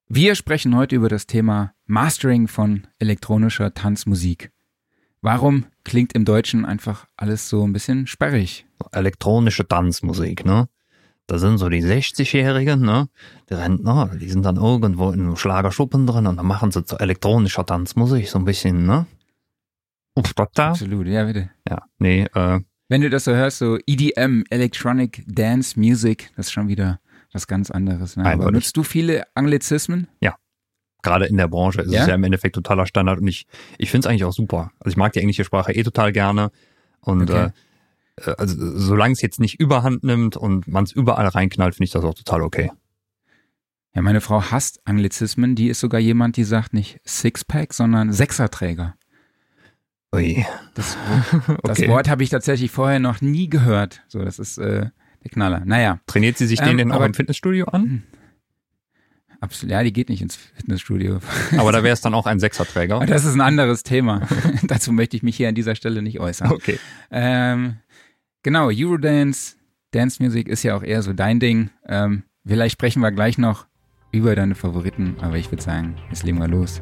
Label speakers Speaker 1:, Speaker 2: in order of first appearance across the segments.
Speaker 1: Wir sprechen heute über das Thema Mastering von elektronischer Tanzmusik. Warum klingt im Deutschen einfach alles so ein bisschen sperrig?
Speaker 2: Elektronische Tanzmusik, ne? Da sind so die 60-Jährigen, ne? Die Rentner, die sind dann irgendwo in einem Schlagerschuppen drin und dann machen sie zu elektronischer Tanzmusik so ein bisschen, ne?
Speaker 1: Absolut, ja bitte.
Speaker 2: Ja, nee,
Speaker 1: Wenn du das so hörst, so EDM, Electronic Dance Music, das ist schon wieder was ganz anderes. Ne? Aber nutzt du viele Anglizismen?
Speaker 2: Ja. Gerade in der Branche ist es ja im Endeffekt totaler Standard und ich finde es eigentlich auch super. Also ich mag die englische Sprache total gerne und also solange es jetzt nicht überhand nimmt und man es überall reinknallt, finde ich das auch total okay.
Speaker 1: Ja, meine Frau hasst Anglizismen. Die ist sogar jemand, die sagt nicht Sixpack, sondern Sechserträger.
Speaker 2: Ui.
Speaker 1: Das Wort habe ich tatsächlich vorher noch nie gehört. So, das ist der Knaller. Naja.
Speaker 2: Trainiert sie sich den denn auch im Fitnessstudio an?
Speaker 1: Absolut. Ja, die geht nicht ins Fitnessstudio.
Speaker 2: Aber da wäre es dann auch ein Sechserträger.
Speaker 1: Das ist ein anderes Thema. Dazu möchte ich mich hier an dieser Stelle nicht äußern.
Speaker 2: Okay.
Speaker 1: Genau, Eurodance, Dance Music ist ja auch eher so dein Ding. Vielleicht sprechen wir gleich noch über deine Favoriten, aber ich würde sagen, jetzt legen wir los.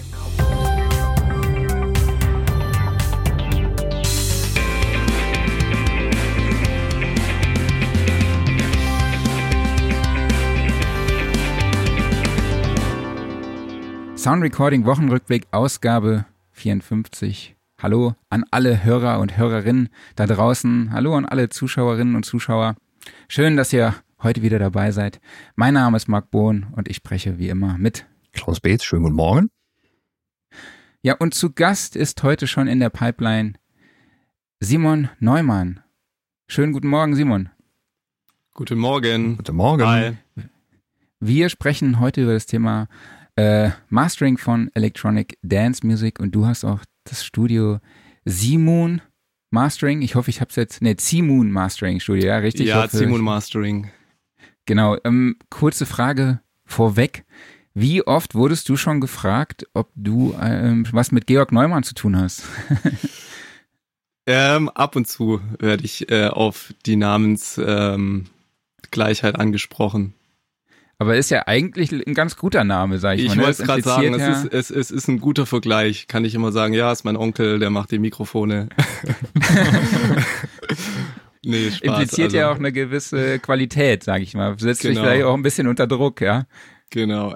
Speaker 1: Sound Recording Wochenrückblick, Ausgabe 54. Hallo an alle Hörer und Hörerinnen da draußen. Hallo an alle Zuschauerinnen und Zuschauer. Schön, dass ihr heute wieder dabei seid. Mein Name ist Marc Bohn und ich spreche wie immer mit
Speaker 2: Klaus Beetz. Schönen guten Morgen.
Speaker 1: Ja, und zu Gast ist heute schon in der Pipeline Simon Neumann. Schönen guten Morgen, Simon.
Speaker 3: Guten Morgen.
Speaker 2: Guten Morgen.
Speaker 3: Hi.
Speaker 1: Wir sprechen heute über das Thema Mastering von Electronic Dance Music und du hast auch das Studio C-Moon Mastering. Ich hoffe, ich habe es jetzt, C-Moon Mastering Studio, ja, richtig?
Speaker 3: Ja, C-Moon Mastering.
Speaker 1: Genau, kurze Frage vorweg. Wie oft wurdest du schon gefragt, ob du was mit Georg Neumann zu tun hast?
Speaker 3: Ab und zu werde ich auf die Namensgleichheit angesprochen.
Speaker 1: Aber ist ja eigentlich ein ganz guter Name, sag ich mal.
Speaker 3: Ich wollte es gerade sagen, es ist ein guter Vergleich. Kann ich immer sagen, ja, ist mein Onkel, der macht die Mikrofone. Nee, Spaß.
Speaker 1: Impliziert ja auch eine gewisse Qualität, sag ich mal. Setzt dich vielleicht auch ein bisschen unter Druck, ja?
Speaker 3: Genau.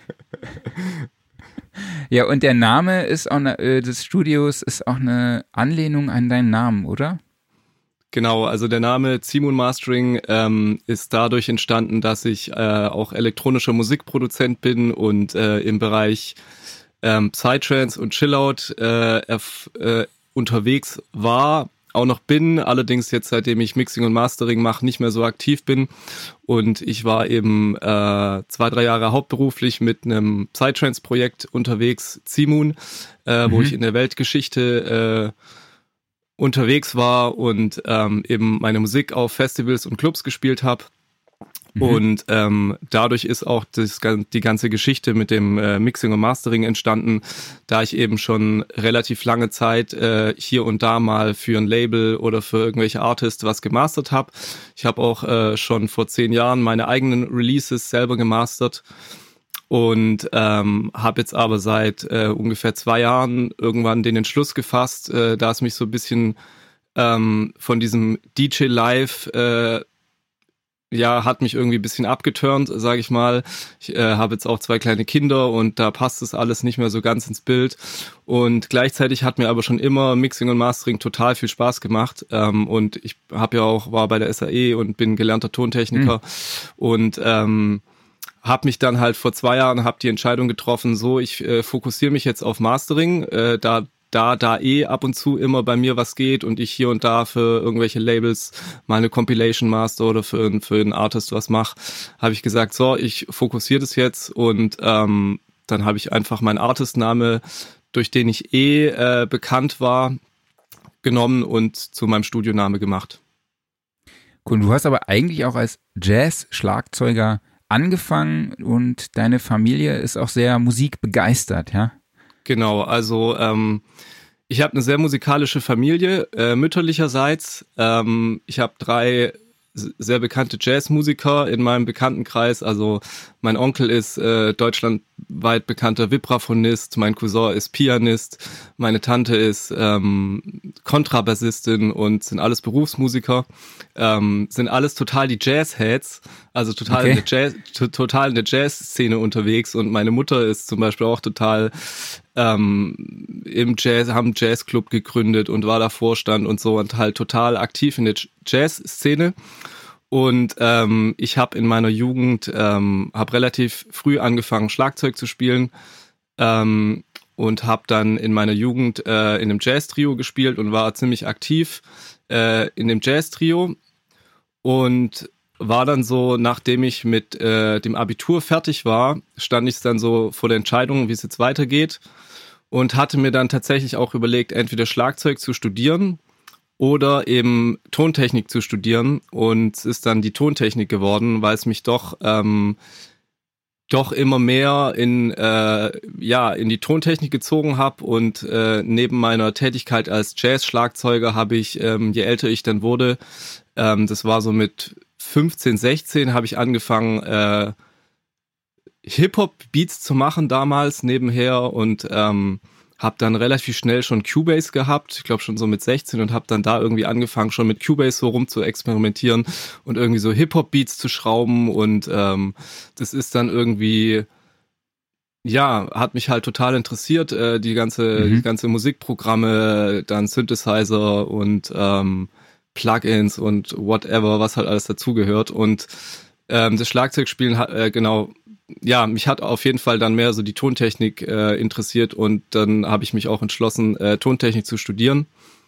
Speaker 1: Ja, und der Name ist auch des Studios ist auch eine Anlehnung an deinen Namen, oder?
Speaker 3: Genau, also der Name C-Moon Mastering ist dadurch entstanden, dass ich auch elektronischer Musikproduzent bin und im Bereich Psytrance und Chillout unterwegs war, auch noch bin, allerdings jetzt seitdem ich Mixing und Mastering mache, nicht mehr so aktiv bin und ich war eben 2-3 Jahre hauptberuflich mit einem Psytrance-Projekt unterwegs, C-Moon, wo ich in der Weltgeschichte unterwegs war und eben meine Musik auf Festivals und Clubs gespielt habe. Und dadurch ist auch die ganze Geschichte mit dem Mixing und Mastering entstanden, da ich eben schon relativ lange Zeit hier und da mal für ein Label oder für irgendwelche Artists was gemastert habe. Ich habe auch schon vor 10 Jahren meine eigenen Releases selber gemastert. Und habe jetzt aber seit ungefähr 2 Jahren irgendwann den Entschluss gefasst, da es mich so ein bisschen von diesem DJ Live hat mich irgendwie ein bisschen abgeturnt, sage ich mal. Ich habe jetzt auch 2 kleine Kinder und da passt es alles nicht mehr so ganz ins Bild. Und gleichzeitig hat mir aber schon immer Mixing und Mastering total viel Spaß gemacht. Und ich war bei der SAE und bin gelernter Tontechniker und habe mich dann halt vor 2 Jahren die Entscheidung getroffen, so ich fokussiere mich jetzt auf Mastering, da ab und zu immer bei mir was geht und ich hier und da für irgendwelche Labels mal eine Compilation Master oder für einen Artist was mache, habe ich gesagt, so ich fokussiere das jetzt und dann habe ich einfach meinen Artistname, durch den ich bekannt war, genommen und zu meinem Studioname gemacht.
Speaker 1: Cool, du hast aber eigentlich auch als Jazz-Schlagzeuger angefangen und deine Familie ist auch sehr musikbegeistert, ja?
Speaker 3: Genau, also ich habe eine sehr musikalische Familie, mütterlicherseits. Ich habe 3 sehr bekannte Jazzmusiker in meinem Bekanntenkreis. Also mein Onkel ist deutschlandweit bekannter Vibraphonist, mein Cousin ist Pianist, meine Tante ist Kontrabassistin und sind alles Berufsmusiker. Sind alles total die Jazzheads, also total in der Jazzszene unterwegs. Und meine Mutter ist zum Beispiel auch total im Jazz, haben einen Jazzclub gegründet und war da Vorstand und so und halt total aktiv in der Jazzszene. Und ich habe in meiner Jugend habe relativ früh angefangen Schlagzeug zu spielen und habe dann in meiner Jugend in einem Jazz-Trio gespielt und war ziemlich aktiv in dem Jazz-Trio und war dann so, nachdem ich mit dem Abitur fertig war, stand ich dann so vor der Entscheidung, wie es jetzt weitergeht und hatte mir dann tatsächlich auch überlegt, entweder Schlagzeug zu studieren oder eben Tontechnik zu studieren, und es ist dann die Tontechnik geworden, weil es mich doch immer mehr in die Tontechnik gezogen habe und neben meiner Tätigkeit als Jazz-Schlagzeuger habe ich, je älter ich dann wurde, das war so mit 15, 16, habe ich angefangen Hip-Hop-Beats zu machen damals nebenher und habe dann relativ schnell schon Cubase gehabt, ich glaube schon so mit 16, und habe dann da irgendwie angefangen, schon mit Cubase so rum zu experimentieren und irgendwie so Hip-Hop-Beats zu schrauben, und das ist dann irgendwie, ja, hat mich halt total interessiert, die ganze Musikprogramme, dann Synthesizer und Plugins und whatever, was halt alles dazugehört, und das Schlagzeugspielen hat, mich hat auf jeden Fall dann mehr so die Tontechnik interessiert, und dann habe ich mich auch entschlossen, Tontechnik zu studieren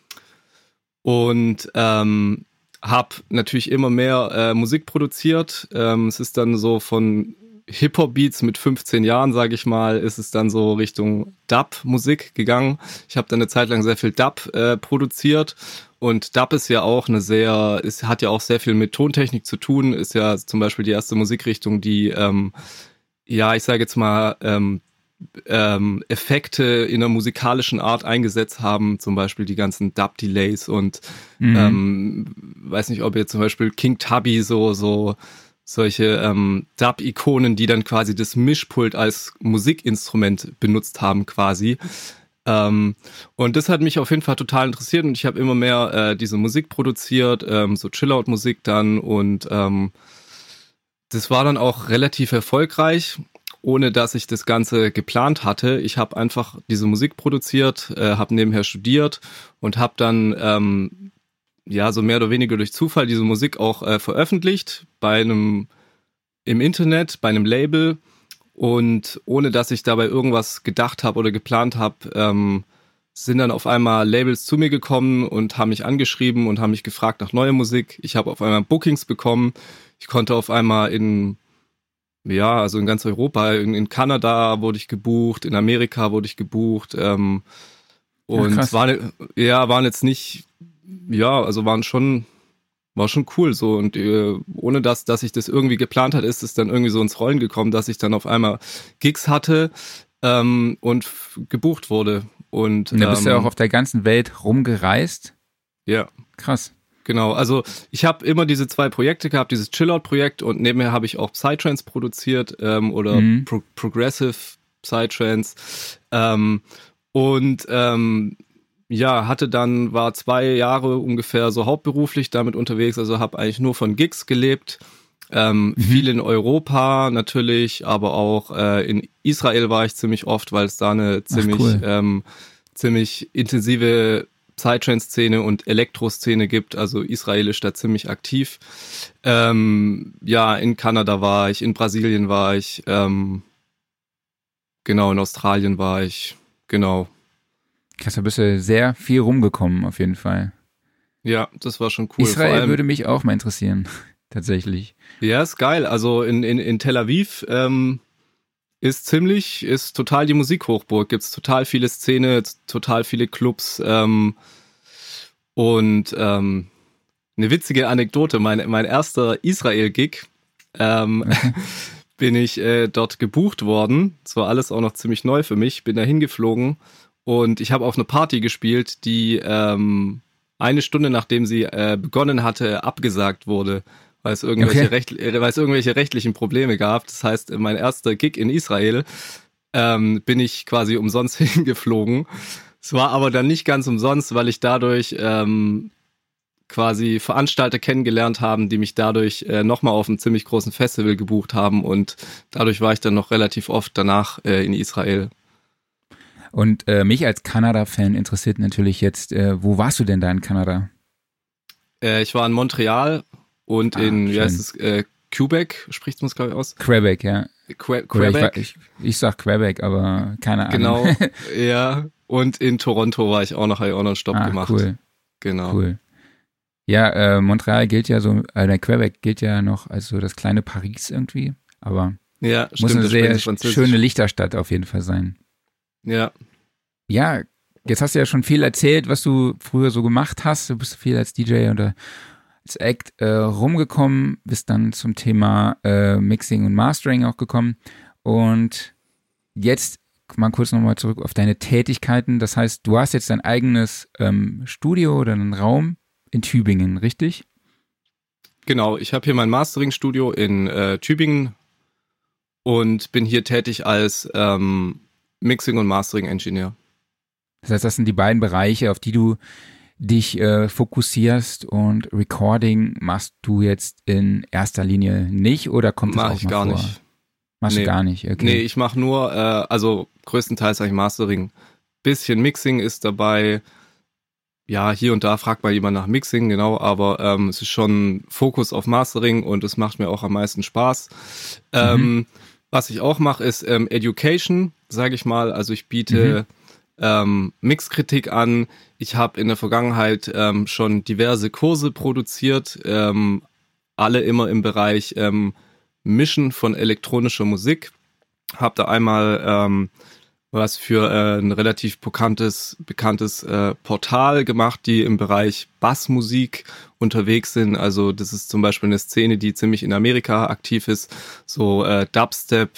Speaker 3: und habe natürlich immer mehr Musik produziert. Es ist dann so von Hip-Hop-Beats mit 15 Jahren, sage ich mal, ist es dann so Richtung Dub-Musik gegangen. Ich habe dann eine Zeit lang sehr viel Dub produziert, und Dub ist ja auch hat ja auch sehr viel mit Tontechnik zu tun, ist ja zum Beispiel die erste Musikrichtung, die ich sage jetzt mal, Effekte in einer musikalischen Art eingesetzt haben, zum Beispiel die ganzen Dub-Delays und weiß nicht, ob ihr zum Beispiel King Tubby solche Dub-Ikonen, die dann quasi das Mischpult als Musikinstrument benutzt haben quasi. Und das hat mich auf jeden Fall total interessiert, und ich habe immer mehr diese Musik produziert, so Chill-Out-Musik dann, und das war dann auch relativ erfolgreich, ohne dass ich das Ganze geplant hatte. Ich habe einfach diese Musik produziert, habe nebenher studiert und habe dann so mehr oder weniger durch Zufall diese Musik auch veröffentlicht im Internet, bei einem Label, und ohne dass ich dabei irgendwas gedacht habe oder geplant habe, sind dann auf einmal Labels zu mir gekommen und haben mich angeschrieben und haben mich gefragt nach neuer Musik. Ich habe auf einmal Bookings bekommen. Ich konnte auf einmal in ganz Europa, in Kanada wurde ich gebucht, in Amerika wurde ich gebucht, und waren jetzt nicht, war schon cool so, und ohne dass ich das irgendwie geplant hatte, ist es dann irgendwie so ins Rollen gekommen, dass ich dann auf einmal Gigs hatte und gebucht wurde. Und
Speaker 1: da bist du ja auch auf der ganzen Welt rumgereist.
Speaker 3: Ja.
Speaker 1: Krass.
Speaker 3: Genau, also ich habe immer diese zwei Projekte gehabt, dieses Chill-Out-Projekt, und nebenher habe ich auch Psytrance produziert Progressive Psytrance war 2 Jahre ungefähr so hauptberuflich damit unterwegs, also habe eigentlich nur von Gigs gelebt, viel in Europa natürlich, aber auch in Israel war ich ziemlich oft, weil es da eine ziemlich intensive Psytrance-Szene und Elektro-Szene gibt, also Israel ist da ziemlich aktiv. In Kanada war ich, in Brasilien war ich, in Australien war ich, genau.
Speaker 1: Krass, da bist du sehr viel rumgekommen, auf jeden Fall.
Speaker 3: Ja, das war schon cool.
Speaker 1: Israel würde mich auch mal interessieren, tatsächlich.
Speaker 3: Ja, ist geil. Also in Tel Aviv ist total die Musikhochburg. Gibt's total viele Szene, total viele Clubs und eine witzige Anekdote. Mein erster Israel-Gig bin ich dort gebucht worden. Das war alles auch noch ziemlich neu für mich. Bin da hingeflogen und ich habe auf einer Party gespielt, die eine Stunde nachdem sie begonnen hatte, abgesagt wurde, weil es irgendwelche rechtlichen Probleme gab. Das heißt, mein erster Gig in Israel bin ich quasi umsonst hingeflogen. Es war aber dann nicht ganz umsonst, weil ich dadurch quasi Veranstalter kennengelernt haben, die mich dadurch nochmal auf einem ziemlich großen Festival gebucht haben und dadurch war ich dann noch relativ oft danach in Israel.
Speaker 1: Und mich als Kanada-Fan interessiert natürlich jetzt, wo warst du denn da in Kanada?
Speaker 3: Ich war in Montreal und wie heißt es, Quebec, spricht man es glaube ich aus?
Speaker 1: Quebec, ja.
Speaker 3: Quebec.
Speaker 1: Ich sag Quebec, aber keine Ahnung.
Speaker 3: Genau, ja. Und in Toronto war ich auch noch, habe ich auch noch einen Stopp gemacht.
Speaker 1: Cool.
Speaker 3: Genau.
Speaker 1: Cool. Ja, Montreal gilt ja so, Quebec gilt ja noch als so das kleine Paris irgendwie, aber
Speaker 3: ja,
Speaker 1: muss
Speaker 3: stimmt,
Speaker 1: eine sehr schöne Lichterstadt auf jeden Fall sein.
Speaker 3: Ja.
Speaker 1: Ja, jetzt hast du ja schon viel erzählt, was du früher so gemacht hast. Du bist viel als DJ oder als Act rumgekommen, bist dann zum Thema Mixing und Mastering auch gekommen und jetzt mal kurz nochmal zurück auf deine Tätigkeiten. Das heißt, du hast jetzt dein eigenes Studio oder einen Raum in Tübingen, richtig?
Speaker 3: Genau, ich habe hier mein Mastering-Studio in Tübingen und bin hier tätig als Mixing- und Mastering-Engineer.
Speaker 1: Das heißt, das sind die beiden Bereiche, auf die du dich fokussierst und Recording machst du jetzt in erster Linie nicht oder kommt das auch mal vor?
Speaker 3: Mach ich gar nicht.
Speaker 1: Machst du gar nicht, okay.
Speaker 3: Nee, ich mache nur, also größtenteils eigentlich Mastering. Bisschen Mixing ist dabei. Ja, hier und da fragt mal jemand nach Mixing, genau, aber es ist schon Fokus auf Mastering und es macht mir auch am meisten Spaß. Was ich auch mache, ist Education, sage ich mal. Also ich biete Mixkritik an. Ich habe in der Vergangenheit schon diverse Kurse produziert, alle immer im Bereich Mischen von elektronischer Musik. Habe da einmal was für ein relativ bekanntes Portal gemacht, die im Bereich Bassmusik unterwegs sind. Also das ist zum Beispiel eine Szene, die ziemlich in Amerika aktiv ist. So Dubstep,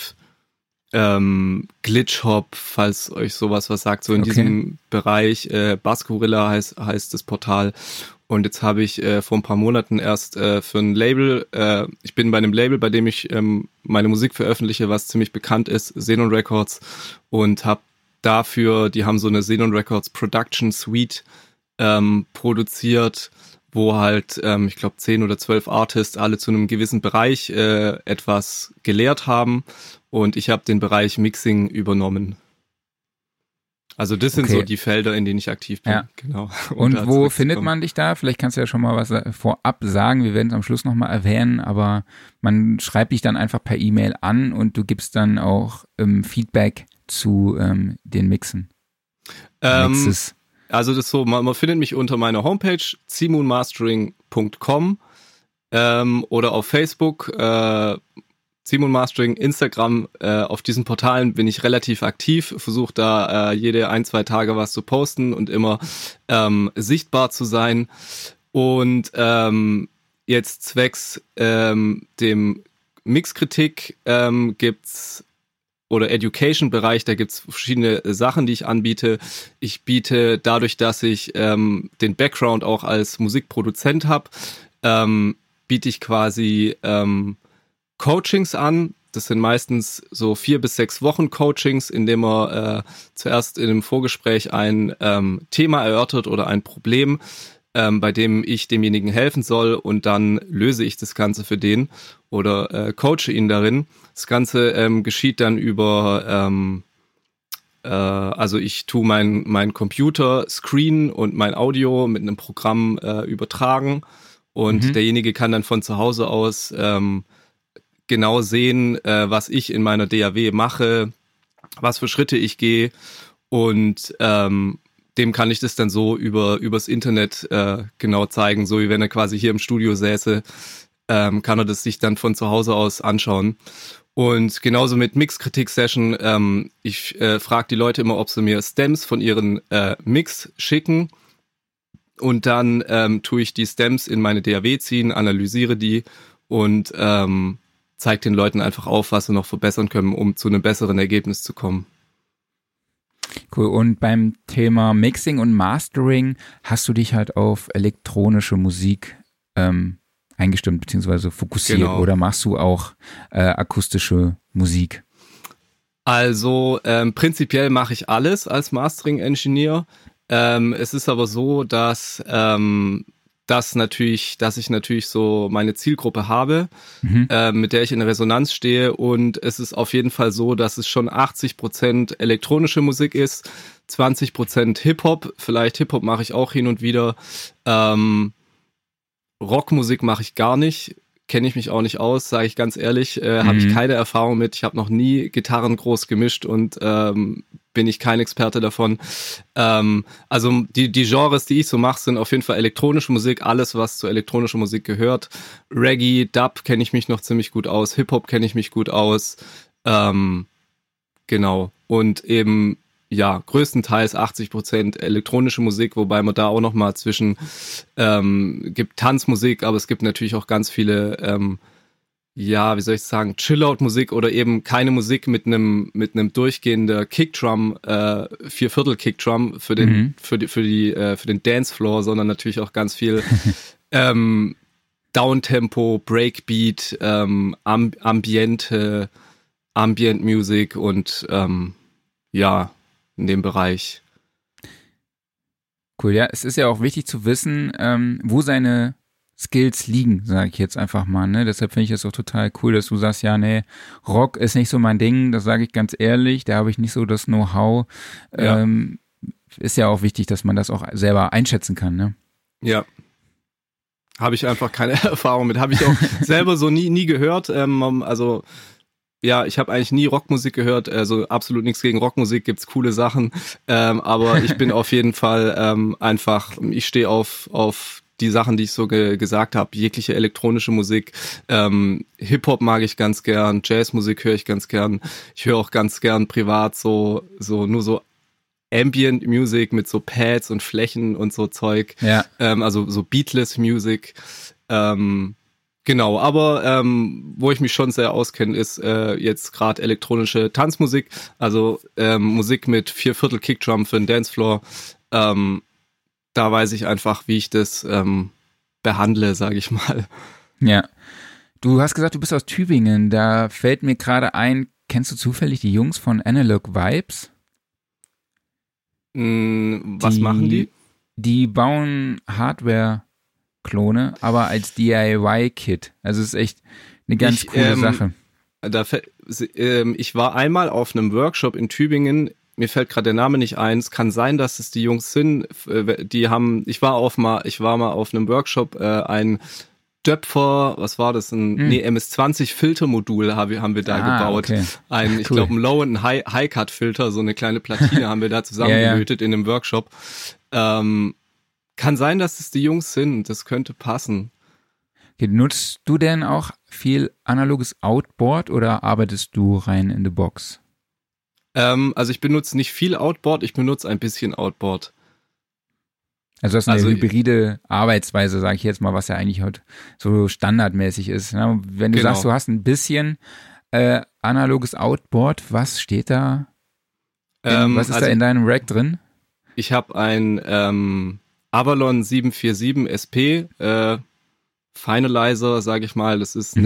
Speaker 3: Glitch-Hop, falls euch sowas was sagt. So in diesem Bereich. Bassgorilla heißt das Portal. Und jetzt habe ich vor ein paar Monaten erst für ein Label, ich bin bei einem Label, bei dem ich meine Musik veröffentliche, was ziemlich bekannt ist, Xenon Records, und habe dafür, die haben so eine Xenon Records Production Suite produziert, wo halt, ich glaube, 10 oder 12 Artists alle zu einem gewissen Bereich etwas gelehrt haben und ich habe den Bereich Mixing übernommen. Also das sind so die Felder, in denen ich aktiv bin.
Speaker 1: Ja.
Speaker 3: Genau.
Speaker 1: Und wo findet man dich da? Vielleicht kannst du ja schon mal was vorab sagen. Wir werden es am Schluss nochmal erwähnen, aber man schreibt dich dann einfach per E-Mail an und du gibst dann auch Feedback zu den Mixen.
Speaker 3: Also das ist so, man findet mich unter meiner Homepage zimunmastering.com oder auf Facebook Zimun Mastering, Instagram, auf diesen Portalen bin ich relativ aktiv, versuche da jede 1-2 Tage was zu posten und immer sichtbar zu sein. Und jetzt zwecks dem Mixkritik gibt's oder Education-Bereich, da gibt's verschiedene Sachen, die ich anbiete. Ich biete dadurch, dass ich den Background auch als Musikproduzent habe, biete ich quasi Coachings an. Das sind meistens so 4 bis 6 Wochen Coachings, in dem man zuerst in einem Vorgespräch ein Thema erörtert oder ein Problem, bei dem ich demjenigen helfen soll und dann löse ich das Ganze für den oder coache ihn darin. Das Ganze geschieht dann über, also ich tue mein Computer screenen und mein Audio mit einem Programm übertragen und derjenige kann dann von zu Hause aus genau sehen, was ich in meiner DAW mache, was für Schritte ich gehe und dem kann ich das dann so übers Internet genau zeigen, so wie wenn er quasi hier im Studio säße, kann er das sich dann von zu Hause aus anschauen. Und genauso mit Mix-Kritik-Session, ich frage die Leute immer, ob sie mir Stems von ihren Mix schicken und dann tue ich die Stems in meine DAW ziehen, analysiere die und zeigt den Leuten einfach auf, was sie noch verbessern können, um zu einem besseren Ergebnis zu kommen.
Speaker 1: Cool. Und beim Thema Mixing und Mastering hast du dich halt auf elektronische Musik eingestimmt bzw. fokussiert, genau. Oder machst du auch akustische Musik?
Speaker 3: Also prinzipiell mache ich alles als Mastering-Engineer. Es ist aber so, dass ich natürlich so meine Zielgruppe habe, mit der ich in Resonanz stehe, und es ist auf jeden Fall so, dass es schon 80% elektronische Musik ist, 20% Hip-Hop, vielleicht Hip-Hop mache ich auch hin und wieder, Rockmusik mache ich gar nicht, kenne ich mich auch nicht aus, sage ich ganz ehrlich, habe ich keine Erfahrung mit, ich habe noch nie Gitarren groß gemischt und bin ich kein Experte davon. Also die Genres, die ich so mache, sind auf jeden Fall elektronische Musik, alles, was zu elektronischer Musik gehört. Reggae, Dub kenne ich mich noch ziemlich gut aus, Hip-Hop kenne ich mich gut aus. Genau. Und eben, ja, größtenteils 80% elektronische Musik, wobei man da auch nochmal gibt Tanzmusik, aber es gibt natürlich auch ganz viele wie soll ich sagen, Chill-Out-Musik oder eben keine Musik mit einem durchgehender Kickdrum, 4/4 Kickdrum für den Dancefloor, sondern natürlich auch ganz viel Downtempo, Breakbeat, Ambient Music und in dem Bereich.
Speaker 1: Cool, ja, es ist ja auch wichtig zu wissen, wo seine Skills liegen, sage ich jetzt einfach mal, ne? Deshalb finde ich es auch total cool, dass du sagst, ja, nee, Rock ist nicht so mein Ding, das sage ich ganz ehrlich, da habe ich nicht so das Know-how. Ja. Ist ja auch wichtig, dass man das auch selber einschätzen kann, ne?
Speaker 3: Ja. Habe ich einfach keine Erfahrung mit, habe ich auch selber so nie gehört, also ja, ich habe eigentlich nie Rockmusik gehört, also absolut nichts gegen Rockmusik, gibt's coole Sachen, aber ich bin auf jeden Fall ich stehe auf die Sachen, die ich so gesagt habe, jegliche elektronische Musik, Hip-Hop mag ich ganz gern, Jazzmusik höre ich ganz gern, ich höre auch ganz gern privat so Ambient Music mit so Pads und Flächen und so Zeug, ja. Also so Beatless Music, genau, aber wo ich mich schon sehr auskenne, ist jetzt gerade elektronische Tanzmusik, also Musik mit 4/4 Kickdrum für den Dancefloor. Da weiß ich einfach, wie ich das behandle, sage ich mal.
Speaker 1: Ja, du hast gesagt, du bist aus Tübingen. Da fällt mir gerade ein, kennst du zufällig die Jungs von Analog Vibes?
Speaker 3: Was machen die?
Speaker 1: Die bauen Hardware-Klone, aber als DIY-Kit. Also es ist echt eine ganz coole Sache.
Speaker 3: Ich war einmal auf einem Workshop in Tübingen. Mir fällt gerade der Name nicht ein. Es kann sein, dass es die Jungs sind. Ich war mal auf einem Workshop, ein Döpfer, was war das? MS-20 Filtermodul haben wir da gebaut. Okay. Ich glaube, ein Low- und ein High-Cut-Filter, so eine kleine Platine haben wir da zusammengelötet in einem Workshop. Kann sein, dass es die Jungs sind. Das könnte passen.
Speaker 1: Okay, nutzt du denn auch viel analoges Outboard oder arbeitest du rein in the box?
Speaker 3: Also ich benutze nicht viel Outboard, ich benutze ein bisschen Outboard.
Speaker 1: Also das ist eine hybride Arbeitsweise, sage ich jetzt mal, was ja eigentlich heute so standardmäßig ist. Ne? Wenn du sagst, du hast ein bisschen analoges Outboard, was steht da? Was ist da in deinem Rack drin?
Speaker 3: Ich habe ein Avalon 747 SP Finalizer, sage ich mal. Das ist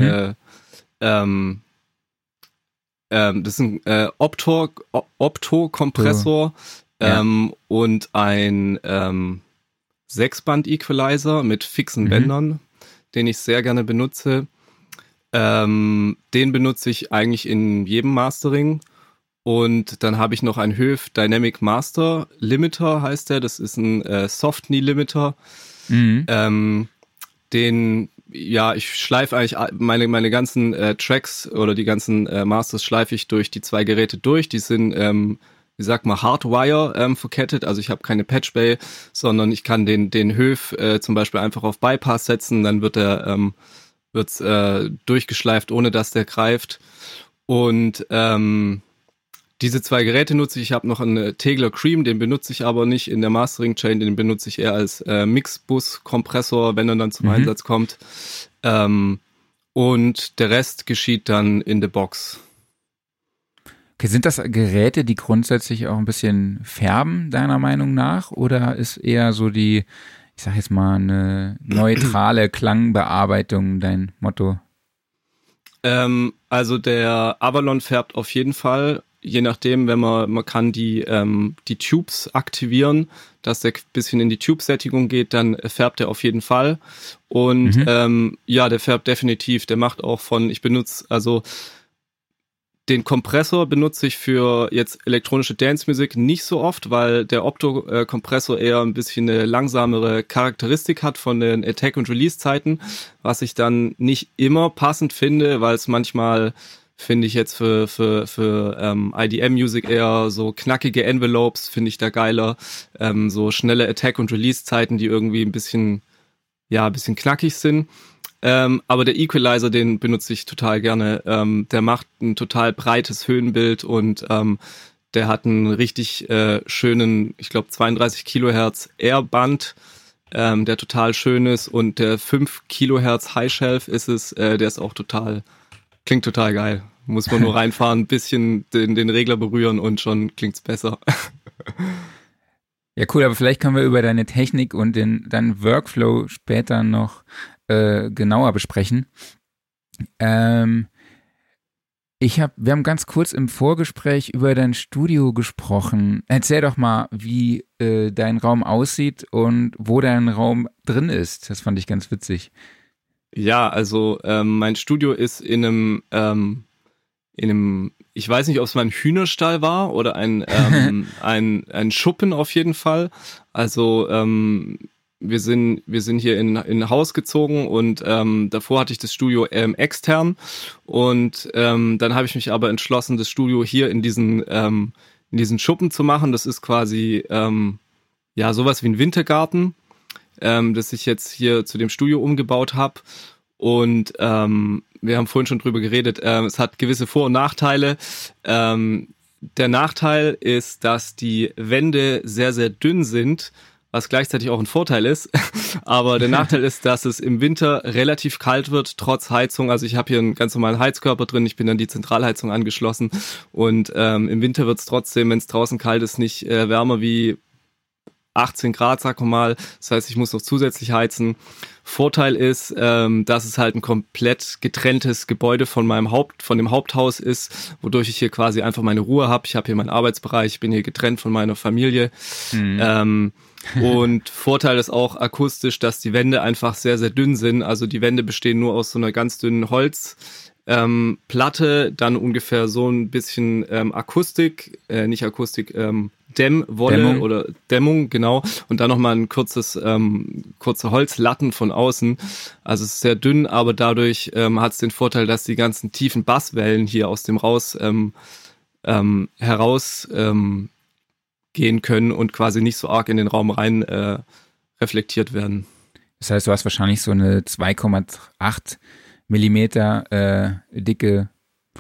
Speaker 3: das ist ein Opto-Kompressor und ein 6-Band-Equalizer mit fixen Bändern, den ich sehr gerne benutze. Den benutze ich eigentlich in jedem Mastering. Und dann habe ich noch einen Höf Dynamic Master Limiter, heißt der. Das ist ein Soft-Knee-Limiter. Ich schleife eigentlich meine ganzen Tracks oder die ganzen Masters schleife ich durch die zwei Geräte durch. Die sind, Hardwire verkettet. Also ich habe keine Patch-Bay, sondern ich kann den Höf zum Beispiel einfach auf Bypass setzen. Dann wird's durchgeschleift, ohne dass der greift. Und diese zwei Geräte nutze ich. Ich habe noch einen Tegler Cream, den benutze ich aber nicht in der Mastering-Chain, den benutze ich eher als Mixbus-Kompressor, wenn er dann zum Einsatz kommt. Und der Rest geschieht dann in der Box.
Speaker 1: Okay, sind das Geräte, die grundsätzlich auch ein bisschen färben, deiner Meinung nach? Oder ist eher so die, ich sag jetzt mal, eine neutrale Klangbearbeitung dein Motto?
Speaker 3: Also der Avalon färbt auf jeden Fall, je nachdem, wenn man kann die Tubes aktivieren, dass der ein bisschen in die Tube-Sättigung geht, dann färbt er auf jeden Fall. Und ja, der färbt definitiv. Der macht auch ich benutze, also den Kompressor benutze ich für jetzt elektronische Dance-Musik nicht so oft, weil der Opto-Kompressor eher ein bisschen eine langsamere Charakteristik hat von den Attack- und Release-Zeiten, was ich dann nicht immer passend finde, weil es manchmal, finde ich jetzt für IDM-Music eher so knackige Envelopes, finde ich da geiler, so schnelle Attack- und Release-Zeiten, die irgendwie ein bisschen knackig sind. Aber der Equalizer, den benutze ich total gerne. Der macht ein total breites Höhenbild und der hat einen richtig schönen, ich glaube 32 Kilohertz Airband, der total schön ist, und der 5 Kilohertz High Shelf ist es, der ist auch klingt total geil. Muss man nur reinfahren, ein bisschen den Regler berühren und schon klingt's besser.
Speaker 1: Ja, cool, aber vielleicht können wir über deine Technik und deinen Workflow später noch genauer besprechen. Wir haben ganz kurz im Vorgespräch über dein Studio gesprochen. Erzähl doch mal, wie dein Raum aussieht und wo dein Raum drin ist. Das fand ich ganz witzig.
Speaker 3: Ja, also mein Studio ist in einem, ich weiß nicht, ob es mal ein Hühnerstall war oder ein Schuppen auf jeden Fall. Also wir sind hier in ein Haus gezogen und davor hatte ich das Studio extern und dann habe ich mich aber entschlossen, das Studio hier in diesen Schuppen zu machen. Das ist quasi ja sowas wie ein Wintergarten, das ich jetzt hier zu dem Studio umgebaut habe. Und wir haben vorhin schon drüber geredet, es hat gewisse Vor- und Nachteile. Der Nachteil ist, dass die Wände sehr, sehr dünn sind, was gleichzeitig auch ein Vorteil ist. Aber der Nachteil ist, dass es im Winter relativ kalt wird, trotz Heizung. Also ich habe hier einen ganz normalen Heizkörper drin, ich bin an die Zentralheizung angeschlossen. Und im Winter wird es trotzdem, wenn es draußen kalt ist, nicht wärmer wie 18 Grad, sag mal. Das heißt, ich muss noch zusätzlich heizen. Vorteil ist, dass es halt ein komplett getrenntes Gebäude von dem Haupthaus ist, wodurch ich hier quasi einfach meine Ruhe habe. Ich habe hier meinen Arbeitsbereich, ich bin hier getrennt von meiner Familie. Und Vorteil ist auch akustisch, dass die Wände einfach sehr, sehr dünn sind. Also die Wände bestehen nur aus so einer ganz dünnen Holzplatte, dann ungefähr so ein bisschen Dämmwolle oder Dämmung, genau. Und dann nochmal ein kurze Holzlatten von außen. Also es ist sehr dünn, aber dadurch hat es den Vorteil, dass die ganzen tiefen Basswellen hier aus dem heraus gehen können und quasi nicht so arg in den Raum rein reflektiert werden.
Speaker 1: Das heißt, du hast wahrscheinlich so eine 2,8 Millimeter dicke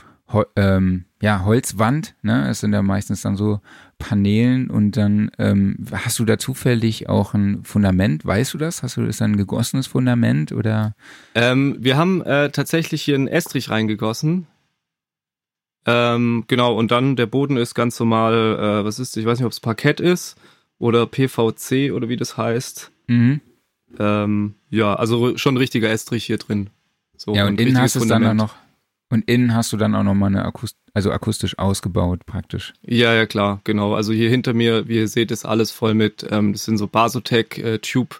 Speaker 1: Holzwand, ne? Es sind ja meistens dann so Paneelen und dann hast du da zufällig auch ein Fundament, weißt du das? Ist da ein gegossenes Fundament oder?
Speaker 3: Wir haben tatsächlich hier einen Estrich reingegossen. Genau, und dann der Boden ist ganz normal, ich weiß nicht, ob es Parkett ist oder PVC oder wie das heißt.
Speaker 1: Mhm.
Speaker 3: Ja, also schon ein richtiger Estrich hier drin. So,
Speaker 1: ja, und innen hast du dann auch noch. Und innen hast du dann auch nochmal eine akustisch ausgebaut praktisch.
Speaker 3: Ja, klar, genau. Also hier hinter mir, wie ihr seht, ist alles voll mit, das sind so Basotec Tube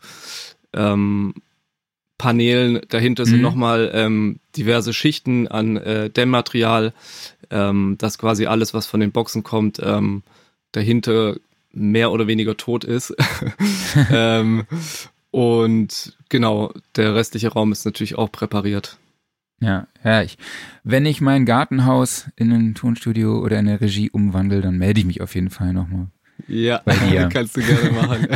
Speaker 3: Paneelen. Dahinter sind nochmal diverse Schichten an Dämmmaterial, dass quasi alles, was von den Boxen kommt, dahinter mehr oder weniger tot ist. Und genau, der restliche Raum ist natürlich auch präpariert.
Speaker 1: Ja, wenn ich mein Gartenhaus in ein Tonstudio oder in eine Regie umwandle, dann melde ich mich auf jeden Fall nochmal.
Speaker 3: Ja, kannst du gerne machen.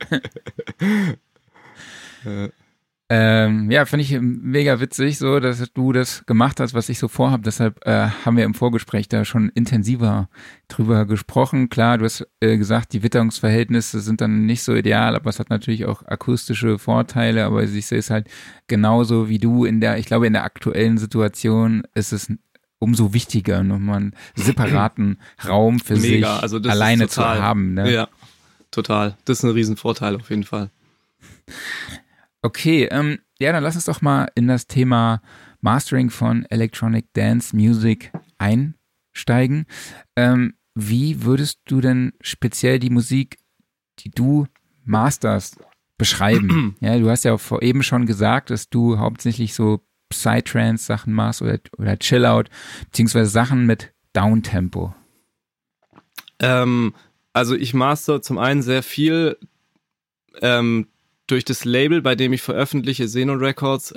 Speaker 1: Ja, finde ich mega witzig, so, dass du das gemacht hast, was ich so vorhabe. Deshalb haben wir im Vorgespräch da schon intensiver drüber gesprochen. Klar, du hast gesagt, die Witterungsverhältnisse sind dann nicht so ideal, aber es hat natürlich auch akustische Vorteile. Aber ich sehe es halt genauso wie du ich glaube, in der aktuellen Situation ist es umso wichtiger, nochmal einen separaten Raum für sich
Speaker 3: also das
Speaker 1: alleine
Speaker 3: ist total,
Speaker 1: zu haben. Ne?
Speaker 3: Ja, total. Das ist ein Riesenvorteil auf jeden Fall.
Speaker 1: Okay, ja, dann lass uns doch mal in das Thema Mastering von Electronic Dance Music einsteigen. Wie würdest du denn speziell die Musik, die du masterst, beschreiben? Ja, du hast ja auch eben schon gesagt, dass du hauptsächlich so Psytrance-Sachen machst oder Chill-Out, beziehungsweise Sachen mit Downtempo.
Speaker 3: Also ich master zum einen sehr viel durch das Label, bei dem ich veröffentliche, Xenon Records.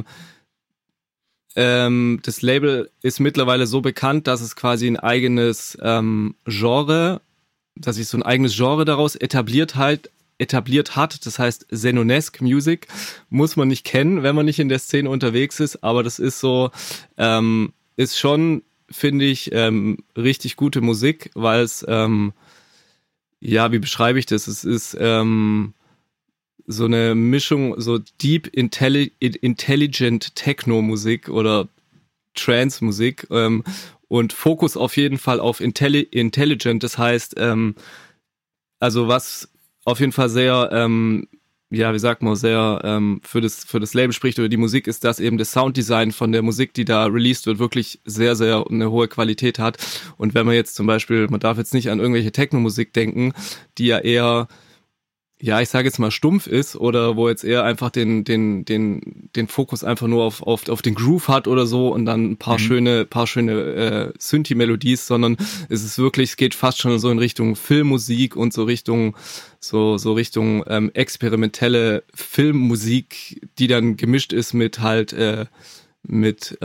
Speaker 3: Das Label ist mittlerweile so bekannt, dass es quasi ein eigenes Genre, dass sich so ein eigenes Genre daraus etabliert hat. Das heißt Xenonesque Music. Muss man nicht kennen, wenn man nicht in der Szene unterwegs ist, aber das ist so, ist schon, finde ich, richtig gute Musik, weil es, ja, wie beschreibe ich das? Es ist so eine Mischung, so Deep Intelligent Techno-Musik oder Trance-Musik und Fokus auf jeden Fall auf Intelligent, das heißt, also was auf jeden Fall sehr, ja, wie sagt man, sehr für das Label spricht oder die Musik, ist, dass eben das Sounddesign von der Musik, die da released wird, wirklich sehr, sehr eine hohe Qualität hat. Und wenn man jetzt zum Beispiel, man darf jetzt nicht an irgendwelche Techno-Musik denken, die ja eher, ja, ich sage jetzt mal stumpf ist oder wo jetzt eher einfach den Fokus einfach nur auf den Groove hat oder so und dann ein paar schöne Synthi-Melodies, sondern es ist wirklich, es geht fast schon so in Richtung Filmmusik und so Richtung experimentelle Filmmusik, die dann gemischt ist mit halt mit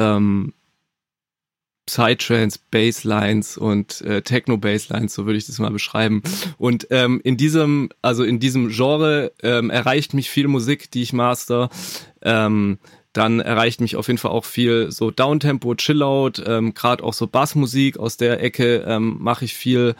Speaker 3: Psytrance, Basslines und Techno-Basslines, so würde ich das mal beschreiben. Und in diesem Genre erreicht mich viel Musik, die ich master. Dann erreicht mich auf jeden Fall auch viel so Downtempo, Chillout, gerade auch so Bassmusik aus der Ecke mache ich viel.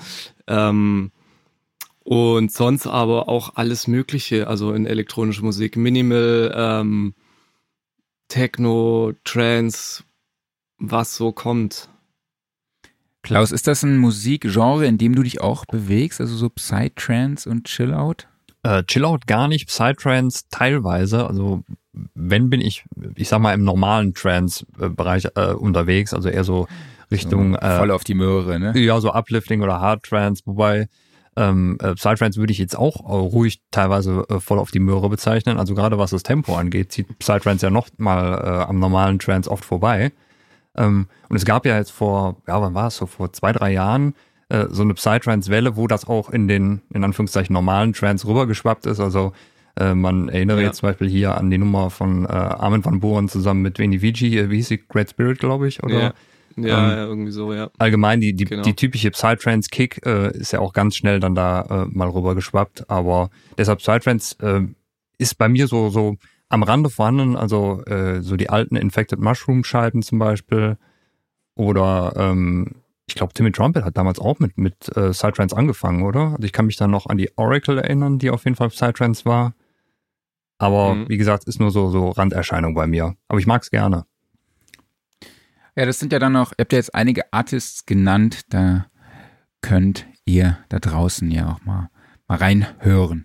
Speaker 3: Und sonst aber auch alles Mögliche, also in elektronischer Musik, Minimal, Techno, Trance, was so kommt.
Speaker 1: Klaus, ist das ein Musikgenre, in dem du dich auch bewegst, also so Psytrance und Chillout?
Speaker 2: Chillout gar nicht, Psytrance teilweise, also wenn bin ich sag mal im normalen Trance-Bereich unterwegs, also eher so Richtung
Speaker 1: voll auf die Möhre, ne?
Speaker 2: Ja, so Uplifting oder Hard Trance, wobei Psytrance würde ich jetzt auch ruhig teilweise voll auf die Möhre bezeichnen, also gerade was das Tempo angeht, zieht Psytrance ja noch mal am normalen Trance oft vorbei. Und es gab ja jetzt wann war es, so vor 2-3 Jahren, so eine Psytrance-Welle, wo das auch in den, in Anführungszeichen, normalen Trance rübergeschwappt ist. Also man erinnere jetzt zum Beispiel hier an die Nummer von Armin van Buuren zusammen mit Veni Vici, wie hieß sie, Great Spirit, glaube ich, oder?
Speaker 3: Ja, irgendwie so, ja.
Speaker 2: Allgemein, die typische Psytrance-Kick ist ja auch ganz schnell dann da mal rübergeschwappt, aber deshalb Psytrance ist bei mir so am Rande vorhanden, also so die alten Infected Mushroom Scheiben zum Beispiel oder ich glaube Timmy Trumpet hat damals auch mit Psytrance angefangen, oder? Also ich kann mich dann noch an die Oracle erinnern, die auf jeden Fall Psytrance war, aber wie gesagt, ist nur so Randerscheinung bei mir, aber ich mag's gerne.
Speaker 1: Ja, das sind ja dann noch, ihr habt ja jetzt einige Artists genannt, da könnt ihr da draußen ja auch mal reinhören.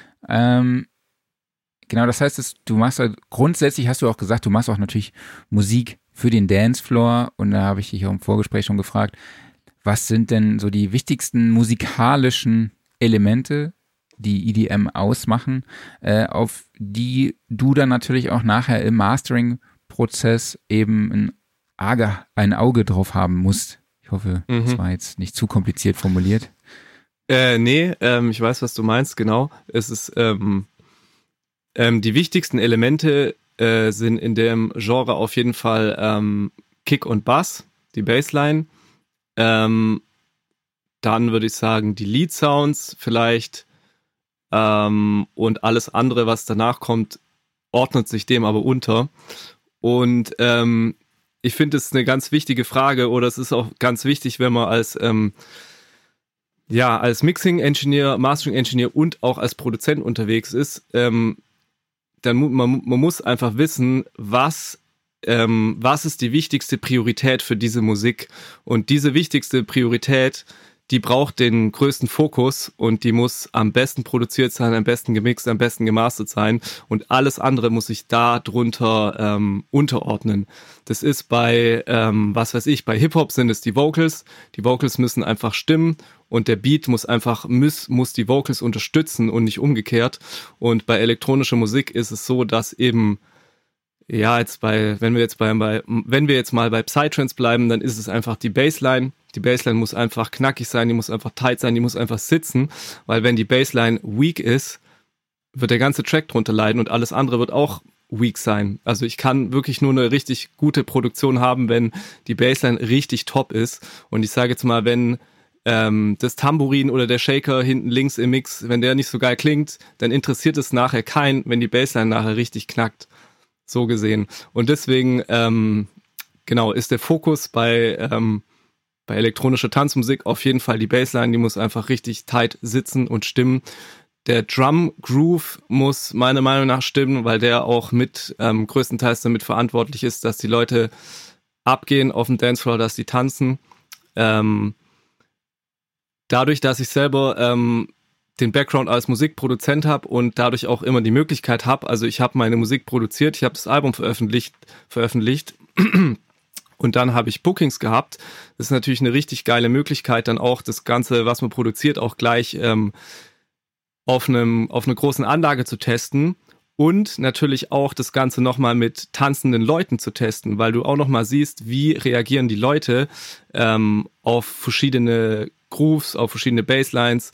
Speaker 1: Genau, das heißt, du machst grundsätzlich, hast du auch gesagt, du machst auch natürlich Musik für den Dancefloor und da habe ich dich auch im Vorgespräch schon gefragt, was sind denn so die wichtigsten musikalischen Elemente, die EDM ausmachen, auf die du dann natürlich auch nachher im Mastering-Prozess eben ein Auge drauf haben musst. Ich hoffe, das war jetzt nicht zu kompliziert formuliert.
Speaker 3: Nee, ich weiß, was du meinst, genau. Es ist die wichtigsten Elemente sind in dem Genre auf jeden Fall Kick und Bass, die Bassline. Dann würde ich sagen, die Lead-Sounds vielleicht und alles andere, was danach kommt, ordnet sich dem aber unter. Und ich finde es eine ganz wichtige Frage oder es ist auch ganz wichtig, wenn man als Mixing-Engineer, Mastering-Engineer und auch als Produzent unterwegs ist, dann man muss einfach wissen, was was ist die wichtigste Priorität für diese Musik? Und diese wichtigste Priorität, die braucht den größten Fokus und die muss am besten produziert sein, am besten gemixt, am besten gemastert sein und alles andere muss sich da drunter unterordnen. Das ist bei, bei Hip-Hop sind es die Vocals. Die Vocals müssen einfach stimmen und der Beat muss die Vocals unterstützen und nicht umgekehrt. Und bei elektronischer Musik ist es so, dass eben wenn wir jetzt mal bei Psytrance bleiben, dann ist es einfach die Bassline. Die Bassline muss einfach knackig sein, die muss einfach tight sein, die muss einfach sitzen, weil wenn die Bassline weak ist, wird der ganze Track drunter leiden und alles andere wird auch weak sein. Also ich kann wirklich nur eine richtig gute Produktion haben, wenn die Bassline richtig top ist. Und ich sage jetzt mal, wenn das Tambourin oder der Shaker hinten links im Mix, wenn der nicht so geil klingt, dann interessiert es nachher keinen, wenn die Bassline nachher richtig knackt. So gesehen. Und deswegen, ist der Fokus bei elektronischer Tanzmusik auf jeden Fall die Bassline, die muss einfach richtig tight sitzen und stimmen. Der Drum Groove muss meiner Meinung nach stimmen, weil der auch mit größtenteils damit verantwortlich ist, dass die Leute abgehen auf dem Dancefloor, dass die tanzen. Dadurch, dass ich selber den Background als Musikproduzent habe und dadurch auch immer die Möglichkeit habe, also ich habe meine Musik produziert, ich habe das Album veröffentlicht und dann habe ich Bookings gehabt. Das ist natürlich eine richtig geile Möglichkeit, dann auch das Ganze, was man produziert, auch gleich auf einer großen Anlage zu testen und natürlich auch das Ganze nochmal mit tanzenden Leuten zu testen, weil du auch nochmal siehst, wie reagieren die Leute auf verschiedene Grooves, auf verschiedene Basslines.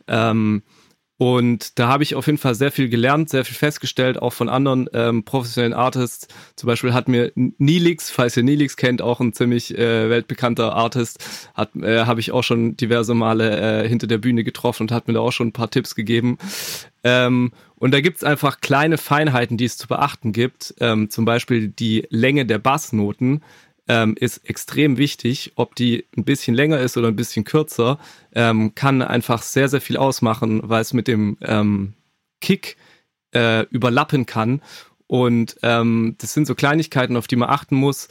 Speaker 3: Und da habe ich auf jeden Fall sehr viel gelernt, sehr viel festgestellt, auch von anderen professionellen Artists. Zum Beispiel hat mir Nilix, falls ihr Nilix kennt, auch ein ziemlich weltbekannter Artist, habe ich auch schon diverse Male hinter der Bühne getroffen und hat mir da auch schon ein paar Tipps gegeben. Und da gibt's einfach kleine Feinheiten, die es zu beachten gibt. Zum Beispiel die Länge der Bassnoten ist extrem wichtig. Ob die ein bisschen länger ist oder ein bisschen kürzer, kann einfach sehr, sehr viel ausmachen, weil es mit dem Kick überlappen kann. Und das sind so Kleinigkeiten, auf die man achten muss,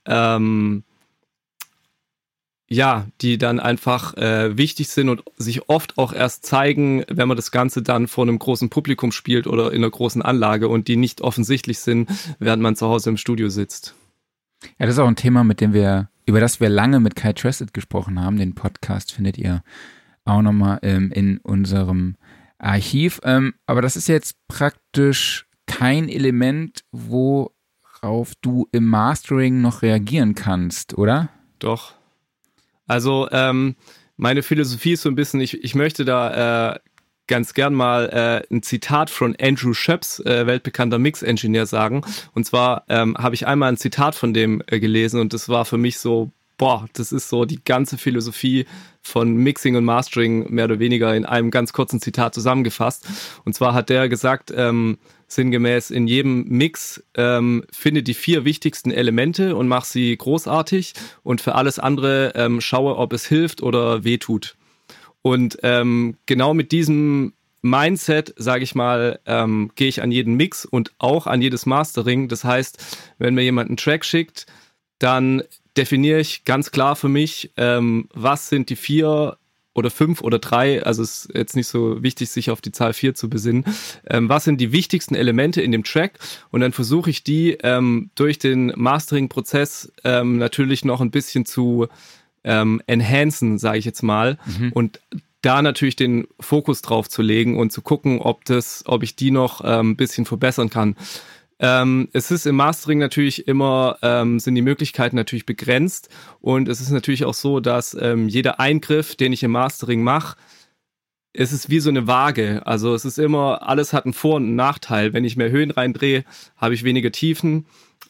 Speaker 3: die dann einfach wichtig sind und sich oft auch erst zeigen, wenn man das Ganze dann vor einem großen Publikum spielt oder in einer großen Anlage und die nicht offensichtlich sind, während man zu Hause im Studio sitzt.
Speaker 1: Ja, das ist auch ein Thema, über das wir lange mit Kai Trusted gesprochen haben. Den Podcast findet ihr auch nochmal in unserem Archiv. Aber das ist jetzt praktisch kein Element, worauf du im Mastering noch reagieren kannst, oder?
Speaker 3: Doch. Also meine Philosophie ist so ein bisschen, ich möchte da ganz gern mal ein Zitat von Andrew Scheps, weltbekannter Mix-Engineer, sagen. Und zwar habe ich einmal ein Zitat von dem gelesen und das war für mich so, das ist so die ganze Philosophie von Mixing und Mastering mehr oder weniger in einem ganz kurzen Zitat zusammengefasst. Und zwar hat der gesagt, sinngemäß, in jedem Mix finde die 4 wichtigsten Elemente und mach sie großartig und für alles andere schaue, ob es hilft oder wehtut. Und genau mit diesem Mindset, sage ich mal, gehe ich an jeden Mix und auch an jedes Mastering. Das heißt, wenn mir jemand einen Track schickt, dann definiere ich ganz klar für mich, was sind die 4 oder 5 oder 3, also es ist jetzt nicht so wichtig, sich auf die Zahl 4 zu besinnen, was sind die wichtigsten Elemente in dem Track und dann versuche ich die durch den Mastering-Prozess natürlich noch ein bisschen zu enhancen, sage ich jetzt mal, und da natürlich den Fokus drauf zu legen und zu gucken, ob ich die noch ein bisschen verbessern kann. Es ist im Mastering natürlich immer, sind die Möglichkeiten natürlich begrenzt und es ist natürlich auch so, dass jeder Eingriff, den ich im Mastering mache, es ist wie so eine Waage. Also es ist immer, alles hat einen Vor- und einen Nachteil. Wenn ich mehr Höhen reindrehe, habe ich weniger Tiefen.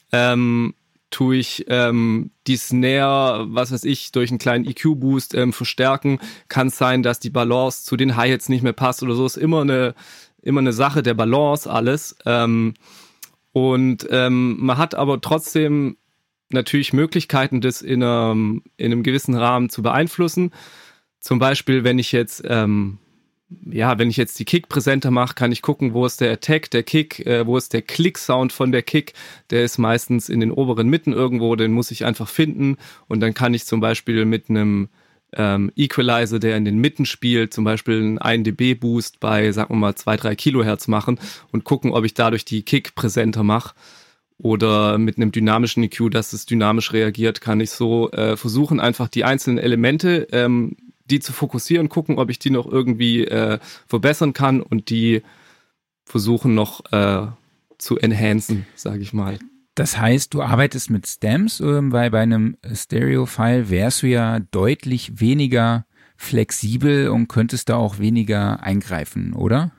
Speaker 3: Tue ich die Snare, was weiß ich, durch einen kleinen EQ-Boost verstärken, kann es sein, dass die Balance zu den Hi-Hats nicht mehr passt oder so. Ist immer eine Sache der Balance alles. Und man hat aber trotzdem natürlich Möglichkeiten, das in einem gewissen Rahmen zu beeinflussen. Zum Beispiel, wenn ich jetzt wenn ich jetzt die Kick präsenter mache, kann ich gucken, wo ist der Attack, der Kick, wo ist der Click-Sound von der Kick. Der ist meistens in den oberen Mitten irgendwo, den muss ich einfach finden. Und dann kann ich zum Beispiel mit einem Equalizer, der in den Mitten spielt, zum Beispiel einen 1 dB Boost bei, sagen wir mal, 2-3 Kilohertz machen und gucken, ob ich dadurch die Kick präsenter mache. Oder mit einem dynamischen EQ, dass es dynamisch reagiert, kann ich so versuchen, einfach die einzelnen Elemente, die zu fokussieren, gucken, ob ich die noch irgendwie verbessern kann und die versuchen noch zu enhancen, sage ich mal.
Speaker 1: Das heißt, du arbeitest mit Stems, weil bei einem Stereo-File wärst du ja deutlich weniger flexibel und könntest da auch weniger eingreifen, oder?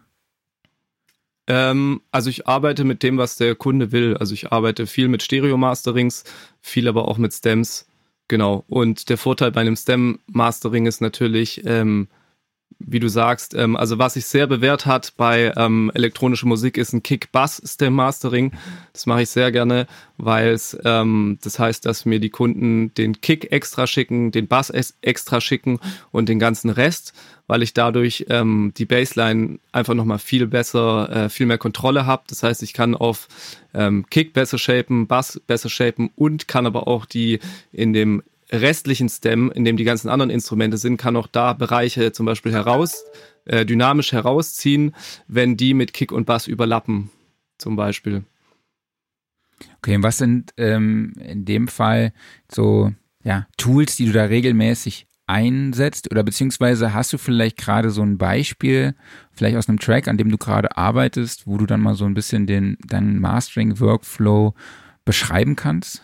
Speaker 3: Also ich arbeite mit dem, was der Kunde will. Also ich arbeite viel mit Stereo-Masterings, viel aber auch mit Stems. Genau. Und der Vorteil bei einem Stem-Mastering ist natürlich, wie du sagst, also was sich sehr bewährt hat bei elektronischer Musik ist ein Kick-Bass-Stem-Mastering. Das mache ich sehr gerne, weil es das heißt, dass mir die Kunden den Kick extra schicken, den Bass extra schicken und den ganzen Rest, weil ich dadurch die Bassline einfach nochmal viel besser, viel mehr Kontrolle habe. Das heißt, ich kann auf Kick besser shapen, Bass besser shapen und kann aber auch die in dem restlichen Stem, in dem die ganzen anderen Instrumente sind, kann auch da Bereiche zum Beispiel dynamisch herausziehen, wenn die mit Kick und Bass überlappen, zum Beispiel.
Speaker 1: Okay, und was sind in dem Fall so Tools, die du da regelmäßig einsetzt? Oder beziehungsweise hast du vielleicht gerade so ein Beispiel, vielleicht aus einem Track, an dem du gerade arbeitest, wo du dann mal so ein bisschen deinen Mastering-Workflow beschreiben kannst?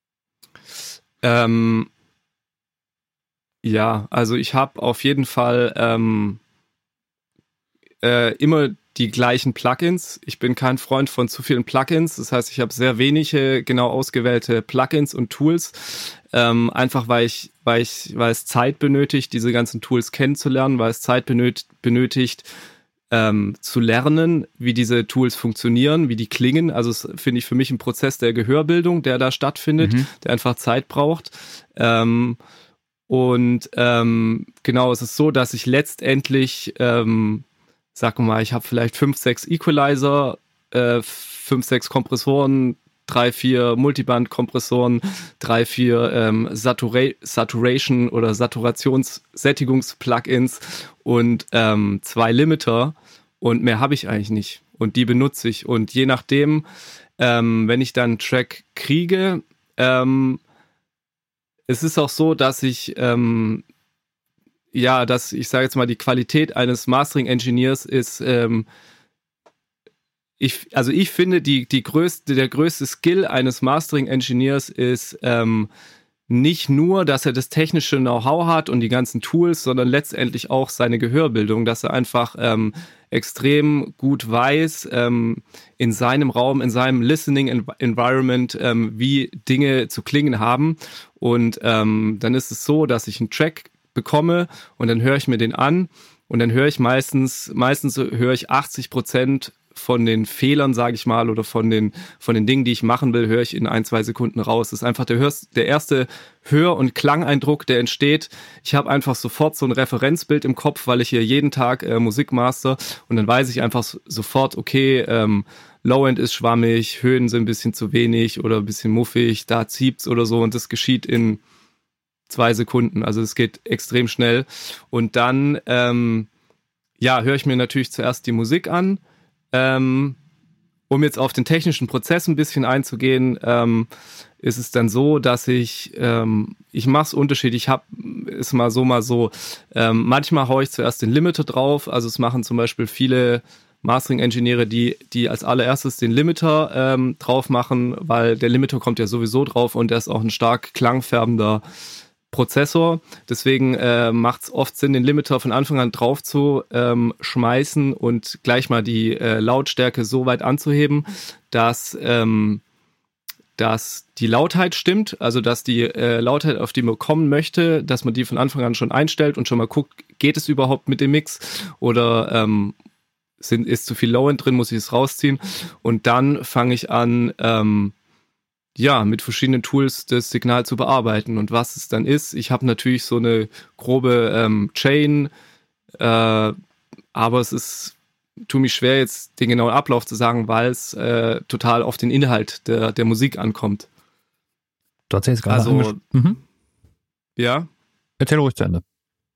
Speaker 3: Ja, also ich habe auf jeden Fall immer die gleichen Plugins. Ich bin kein Freund von zu vielen Plugins. Das heißt, ich habe sehr wenige genau ausgewählte Plugins und Tools. Einfach weil es Zeit benötigt, diese ganzen Tools kennenzulernen, weil es Zeit benötigt, zu lernen, wie diese Tools funktionieren, wie die klingen. Also es finde ich für mich ein Prozess der Gehörbildung, der da stattfindet, der einfach Zeit braucht. Genau, es ist so, dass ich letztendlich, sag mal, ich habe vielleicht 5, 6 Equalizer, 5, 6 Kompressoren, 3, 4 Multiband-Kompressoren, 3, 4 Saturation- oder Sättigungsplugins und 2 Limiter und mehr habe ich eigentlich nicht. Und die benutze ich. Und je nachdem, wenn ich dann einen Track kriege, es ist auch so, dass ich sage jetzt mal, die Qualität eines Mastering-Engineers ist, ich finde, der größte Skill eines Mastering-Engineers ist nicht nur, dass er das technische Know-how hat und die ganzen Tools, sondern letztendlich auch seine Gehörbildung, dass er einfach extrem gut weiß, in seinem Raum, in seinem Listening Environment, wie Dinge zu klingen haben. Und dann ist es so, dass ich einen Track bekomme und dann höre ich mir den an und dann höre ich meistens höre ich 80% von den Fehlern, sage ich mal, oder von den Dingen, die ich machen will, höre ich in 1-2 Sekunden raus. Das ist einfach der erste Hör- und Klangeindruck, der entsteht. Ich habe einfach sofort so ein Referenzbild im Kopf, weil ich hier jeden Tag Musik master und dann weiß ich einfach sofort, okay, Lowend ist schwammig, Höhen sind ein bisschen zu wenig oder ein bisschen muffig, da ziept's oder so und das geschieht in 2 Sekunden. Also es geht extrem schnell und dann höre ich mir natürlich zuerst die Musik an. Um jetzt auf den technischen Prozess ein bisschen einzugehen, ist es dann so, dass ich mache es unterschiedlich. Ich habe es mal so. Manchmal haue ich zuerst den Limiter drauf. Also es machen zum Beispiel viele Mastering-Ingenieure, die als allererstes den Limiter drauf machen, weil der Limiter kommt ja sowieso drauf und der ist auch ein stark klangfärbender Prozessor. Deswegen macht es oft Sinn, den Limiter von Anfang an drauf zu schmeißen und gleich mal die Lautstärke so weit anzuheben, dass die Lautheit stimmt, also dass die Lautheit, auf die man kommen möchte, dass man die von Anfang an schon einstellt und schon mal guckt, geht es überhaupt mit dem Mix oder ist zu viel Low-End drin, muss ich es rausziehen und dann fange ich an, mit verschiedenen Tools das Signal zu bearbeiten. Und was es dann ist, ich habe natürlich so eine grobe Chain, aber tut mich schwer, jetzt den genauen Ablauf zu sagen, weil es total auf den Inhalt der Musik ankommt.
Speaker 2: Du erzählst gerade.
Speaker 3: Ja?
Speaker 2: Erzähl ruhig zu Ende.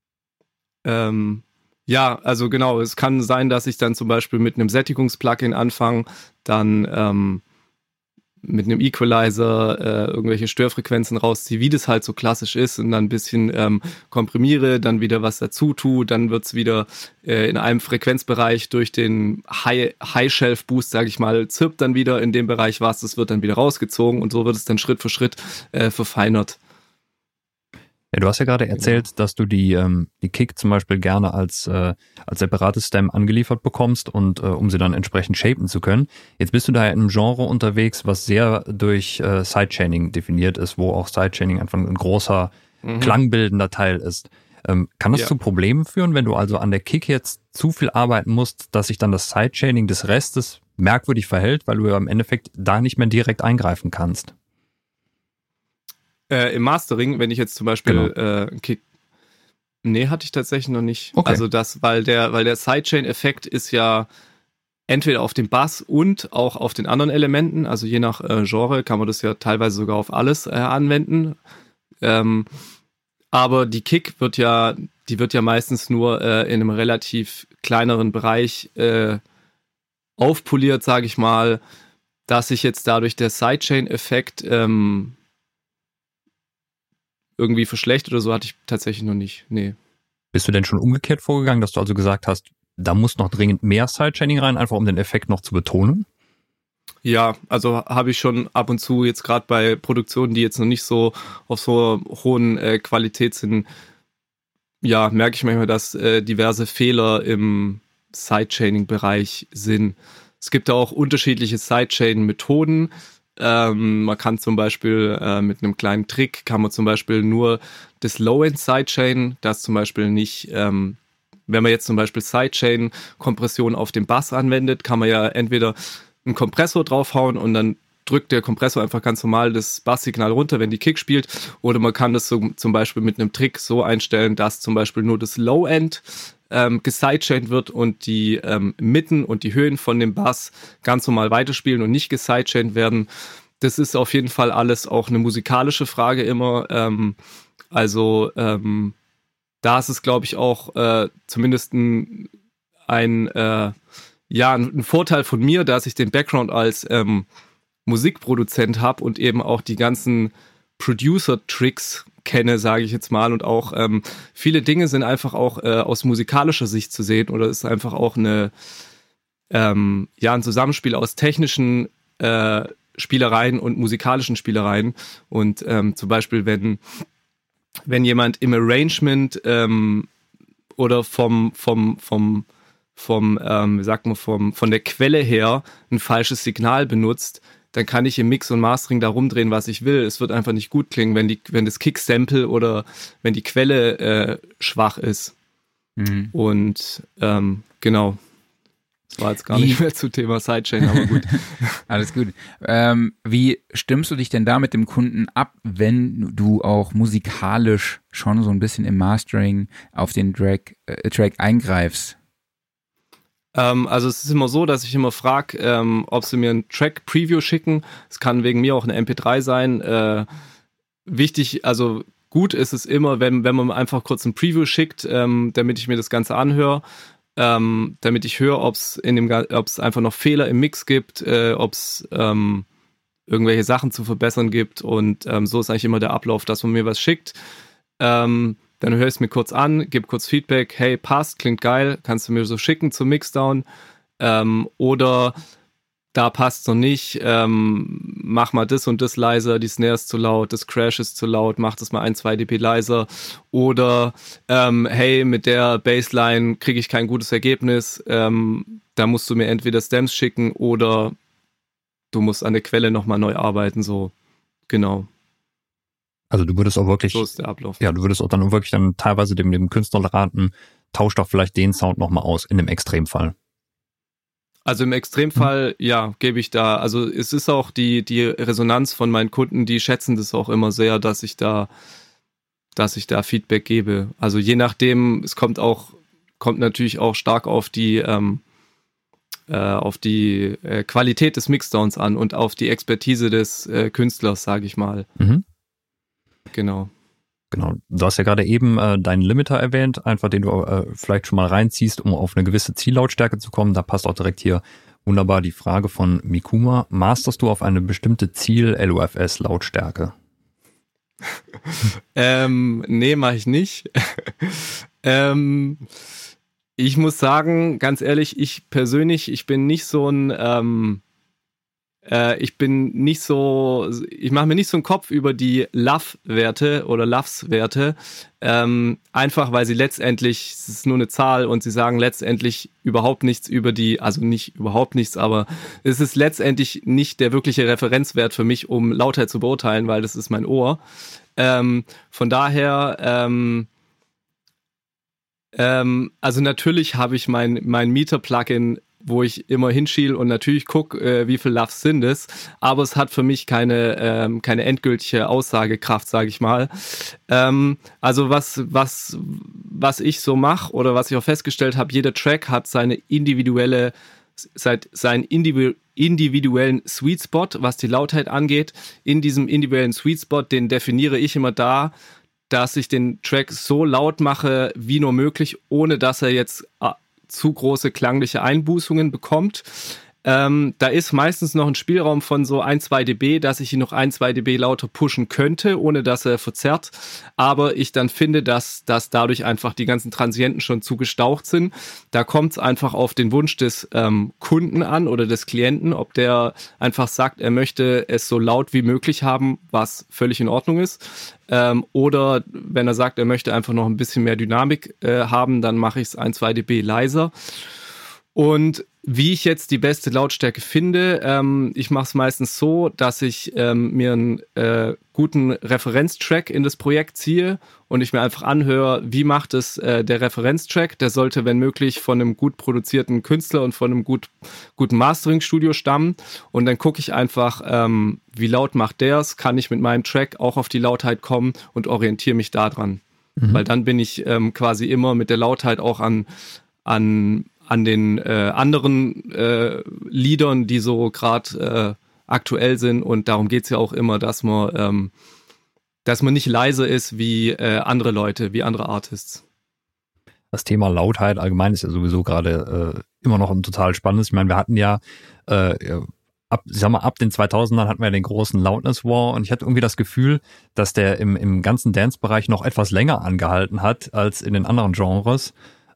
Speaker 3: Ja, also genau, es kann sein, dass ich dann zum Beispiel mit einem Sättigungsplugin anfange, dann mit einem Equalizer irgendwelche Störfrequenzen rausziehe, wie das halt so klassisch ist, und dann ein bisschen komprimiere, dann wieder was dazu tue, dann wird's wieder in einem Frequenzbereich durch den High-Shelf-Boost, sage ich mal, zirpt dann wieder in dem Bereich was, das wird dann wieder rausgezogen, und so wird es dann Schritt für Schritt verfeinert.
Speaker 2: Ja, du hast ja gerade erzählt, dass du die Kick zum Beispiel gerne als separates Stem angeliefert bekommst, und um sie dann entsprechend shapen zu können. Jetzt bist du da ja in einem Genre unterwegs, was sehr durch Sidechaining definiert ist, wo auch Sidechaining einfach ein großer klangbildender Teil ist. Kann das zu Problemen führen, wenn du also an der Kick jetzt zu viel arbeiten musst, dass sich dann das Sidechaining des Restes merkwürdig verhält, weil du ja im Endeffekt da nicht mehr direkt eingreifen kannst?
Speaker 3: Im Mastering, wenn ich jetzt zum Beispiel Kick. Nee, hatte ich tatsächlich noch nicht.
Speaker 2: Okay.
Speaker 3: Also weil der Sidechain-Effekt ist ja entweder auf dem Bass und auch auf den anderen Elementen. Also je nach Genre kann man das ja teilweise sogar auf alles anwenden. Aber die Kick wird ja meistens nur in einem relativ kleineren Bereich aufpoliert, sage ich mal, dass sich jetzt dadurch der Sidechain-Effekt irgendwie verschlechtert oder so, hatte ich tatsächlich noch nicht. Nee.
Speaker 2: Bist du denn schon umgekehrt vorgegangen, dass du also gesagt hast, da muss noch dringend mehr Sidechaining rein, einfach um den Effekt noch zu betonen?
Speaker 3: Ja, also habe ich schon ab und zu, jetzt gerade bei Produktionen, die jetzt noch nicht so auf so hohen Qualität sind, ja, merke ich manchmal, dass diverse Fehler im Sidechaining-Bereich sind. Es gibt da auch unterschiedliche Sidechain-Methoden. Man kann zum Beispiel mit einem kleinen Trick, kann man zum Beispiel nur das Low-End-Sidechain, das zum Beispiel nicht, wenn man jetzt zum Beispiel Sidechain-Kompression auf dem Bass anwendet, kann man ja entweder einen Kompressor draufhauen und dann drückt der Kompressor einfach ganz normal das Basssignal runter, wenn die Kick spielt, oder man kann das so zum Beispiel mit einem Trick so einstellen, dass zum Beispiel nur das Low-End gesidechained wird und die Mitten und die Höhen von dem Bass ganz normal weiterspielen und nicht gesidechained werden. Das ist auf jeden Fall alles auch eine musikalische Frage immer. Da ist es, glaube ich, auch zumindest ein Vorteil von mir, dass ich den Background als Musikproduzent habe und eben auch die ganzen Producer-Tricks kenne, sage ich jetzt mal, und auch viele Dinge sind einfach auch aus musikalischer Sicht zu sehen, oder ist einfach auch ein Zusammenspiel aus technischen Spielereien und musikalischen Spielereien. Und zum Beispiel, wenn jemand im Arrangement oder von der Quelle her ein falsches Signal benutzt, dann kann ich im Mix und Mastering da rumdrehen, was ich will. Es wird einfach nicht gut klingen, wenn das Kick-Sample oder wenn die Quelle schwach ist. Mhm. Und genau. Das war jetzt gar nicht mehr zu Thema Sidechain, aber gut.
Speaker 1: Alles gut. Wie stimmst du dich denn da mit dem Kunden ab, wenn du auch musikalisch schon so ein bisschen im Mastering auf den Track eingreifst?
Speaker 3: Also es ist immer so, dass ich immer frage, ob sie mir ein Track-Preview schicken. Es kann wegen mir auch eine MP3 sein. Wichtig, also gut ist es immer, wenn man einfach kurz ein Preview schickt, damit ich mir das Ganze anhöre, damit ich höre, ob es einfach noch Fehler im Mix gibt, ob es irgendwelche Sachen zu verbessern gibt, und so ist eigentlich immer der Ablauf, dass man mir was schickt. Dann höre ich es mir kurz an, gebe kurz Feedback, hey, passt, klingt geil, kannst du mir so schicken zum Mixdown, oder da passt es noch nicht, mach mal das und das leiser, die Snare ist zu laut, das Crash ist zu laut, mach das mal 1-2 dB leiser, oder hey, mit der Bassline kriege ich kein gutes Ergebnis, da musst du mir entweder Stems schicken oder du musst an der Quelle nochmal neu arbeiten, so, genau.
Speaker 2: Also du würdest auch wirklich,
Speaker 3: so ist der Ablauf.
Speaker 2: Ja, du würdest auch dann wirklich dann teilweise dem Künstler raten, tausch doch vielleicht den Sound nochmal aus, in dem Extremfall.
Speaker 3: Also im Extremfall, ja, gebe ich da, also es ist auch die Resonanz von meinen Kunden, die schätzen das auch immer sehr, dass ich da Feedback gebe. Also je nachdem, es kommt auch kommt natürlich auch stark auf die Qualität des Mixdowns an und auf die Expertise des Künstlers, sage ich mal.
Speaker 2: Mhm.
Speaker 3: Genau.
Speaker 2: Du hast ja gerade eben deinen Limiter erwähnt, einfach den du vielleicht schon mal reinziehst, um auf eine gewisse Ziellautstärke zu kommen. Da passt auch direkt hier wunderbar die Frage von Mikuma. Masterst du auf eine bestimmte Ziel-LUFS-Lautstärke?
Speaker 3: Nee, mache ich nicht. Ich muss sagen, ganz ehrlich, ich bin nicht so ein ich mache mir nicht so einen Kopf über die LUF-Werte oder LUFS-Werte, einfach weil sie letztendlich, es ist nur eine Zahl und sie sagen letztendlich überhaupt nichts über die, also nicht überhaupt nichts, aber es ist letztendlich nicht der wirkliche Referenzwert für mich, um Lautheit zu beurteilen, weil das ist mein Ohr. Von daher, also natürlich habe ich mein Meter-Plugin, wo ich immer hinschiele und natürlich gucke, wie viel LUFS sind es, aber es hat für mich keine endgültige Aussagekraft, sage ich mal. Also was ich so mache oder was ich auch festgestellt habe, jeder Track hat seinen individuellen Sweet Spot, was die Lautheit angeht. In diesem individuellen Sweet Spot, den definiere ich immer da, dass ich den Track so laut mache, wie nur möglich, ohne dass er jetzt zu große klangliche Einbußungen bekommt. Da ist meistens noch ein Spielraum von so 1-2 dB, dass ich ihn noch 1-2 dB lauter pushen könnte, ohne dass er verzerrt. Aber ich dann finde, dass dadurch einfach die ganzen Transienten schon zu gestaucht sind. Da kommt es einfach auf den Wunsch des Kunden an oder des Klienten, ob der einfach sagt, er möchte es so laut wie möglich haben, was völlig in Ordnung ist. Oder wenn er sagt, er möchte einfach noch ein bisschen mehr Dynamik haben, dann mache ich es 1-2 dB leiser. Und wie ich jetzt die beste Lautstärke finde, ich mache es meistens so, dass ich mir einen guten Referenztrack in das Projekt ziehe und ich mir einfach anhöre, wie macht es der Referenztrack. Der sollte, wenn möglich, von einem gut produzierten Künstler und von einem guten Mastering-Studio stammen. Und dann gucke ich einfach, wie laut macht der es, kann ich mit meinem Track auch auf die Lautheit kommen und orientiere mich daran. Mhm. Weil dann bin ich quasi immer mit der Lautheit auch an den anderen Liedern, die so gerade aktuell sind. Und darum geht's ja auch immer, dass man nicht leise ist wie andere Leute, wie andere Artists.
Speaker 2: Das Thema Lautheit allgemein ist ja sowieso gerade immer noch ein total spannendes. Ich meine, wir hatten ja ab den 2000ern hatten wir den großen Loudness War und ich hatte irgendwie das Gefühl, dass der im ganzen Dance-Bereich noch etwas länger angehalten hat als in den anderen Genres.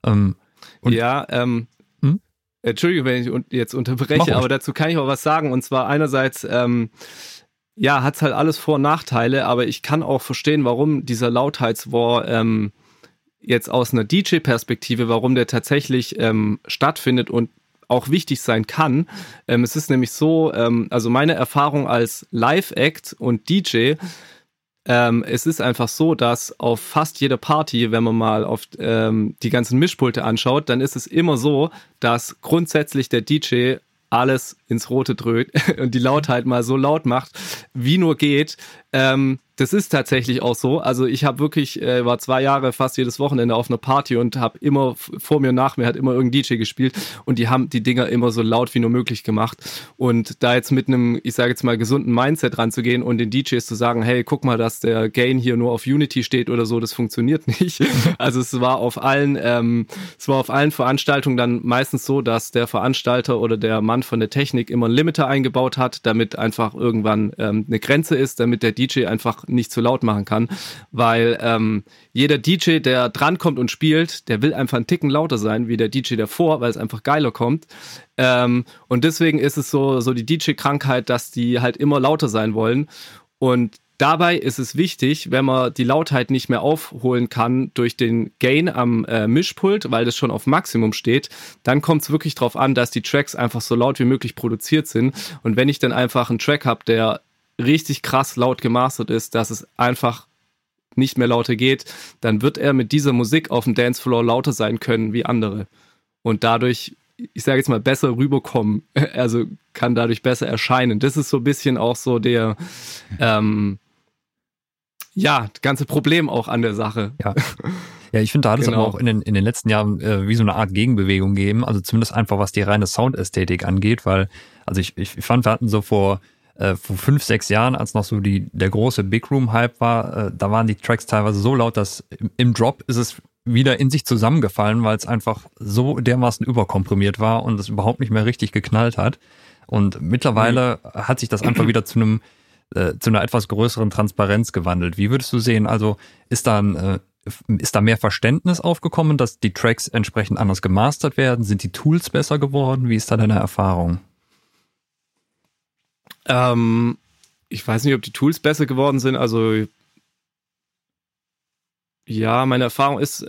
Speaker 3: Entschuldigung, wenn ich jetzt unterbreche, aber dazu kann ich auch was sagen. Und zwar einerseits, hat's halt alles Vor- und Nachteile, aber ich kann auch verstehen, warum dieser Lautheitswar jetzt aus einer DJ-Perspektive, warum der tatsächlich stattfindet und auch wichtig sein kann. Es ist nämlich so, also meine Erfahrung als Live-Act und DJ, es ist einfach so, dass auf fast jeder Party, wenn man mal auf die ganzen Mischpulte anschaut, dann ist es immer so, dass grundsätzlich der DJ alles ins Rote dreht und die Lautheit mal so laut macht, wie nur geht. Das ist tatsächlich auch so. Also ich habe wirklich, war 2 Jahre fast jedes Wochenende auf einer Party und habe immer vor mir und nach mir hat immer irgendein DJ gespielt und die haben die Dinger immer so laut wie nur möglich gemacht. Und da jetzt mit einem, ich sage jetzt mal, gesunden Mindset ranzugehen und den DJs zu sagen, hey, guck mal, dass der Gain hier nur auf Unity steht oder so, das funktioniert nicht. Also es war auf allen Veranstaltungen dann meistens so, dass der Veranstalter oder der Mann von der Technik immer einen Limiter eingebaut hat, damit einfach irgendwann eine Grenze ist, damit der DJ einfach nicht zu laut machen kann, weil jeder DJ, der drankommt und spielt, der will einfach einen Ticken lauter sein wie der DJ davor, weil es einfach geiler kommt. Und deswegen ist es so die DJ-Krankheit, dass die halt immer lauter sein wollen. Und dabei ist es wichtig, wenn man die Lautheit nicht mehr aufholen kann durch den Gain am Mischpult, weil das schon auf Maximum steht, dann kommt es wirklich drauf an, dass die Tracks einfach so laut wie möglich produziert sind. Und wenn ich dann einfach einen Track habe, der richtig krass laut gemastert ist, dass es einfach nicht mehr lauter geht, dann wird er mit dieser Musik auf dem Dancefloor lauter sein können wie andere. Und dadurch, ich sage jetzt mal, besser rüberkommen, also kann dadurch besser erscheinen. Das ist so ein bisschen auch so der das ganze Problem auch an der Sache.
Speaker 2: Ja. Ja, ich finde, da hat es aber auch in den letzten Jahren wie so eine Art Gegenbewegung gegeben, also zumindest einfach, was die reine Soundästhetik angeht, weil, also ich fand, wir hatten so vor 5, 6 Jahren, als noch so der große Big Room-Hype war, da waren die Tracks teilweise so laut, dass im Drop ist es wieder in sich zusammengefallen, weil es einfach so dermaßen überkomprimiert war und es überhaupt nicht mehr richtig geknallt hat. Und mittlerweile hat sich das einfach wieder zu einer etwas größeren Transparenz gewandelt. Wie würdest du sehen? Also ist da mehr Verständnis aufgekommen, dass die Tracks entsprechend anders gemastert werden? Sind die Tools besser geworden? Wie ist da deine Erfahrung?
Speaker 3: Ich weiß nicht, ob die Tools besser geworden sind. Also ja, meine Erfahrung ist,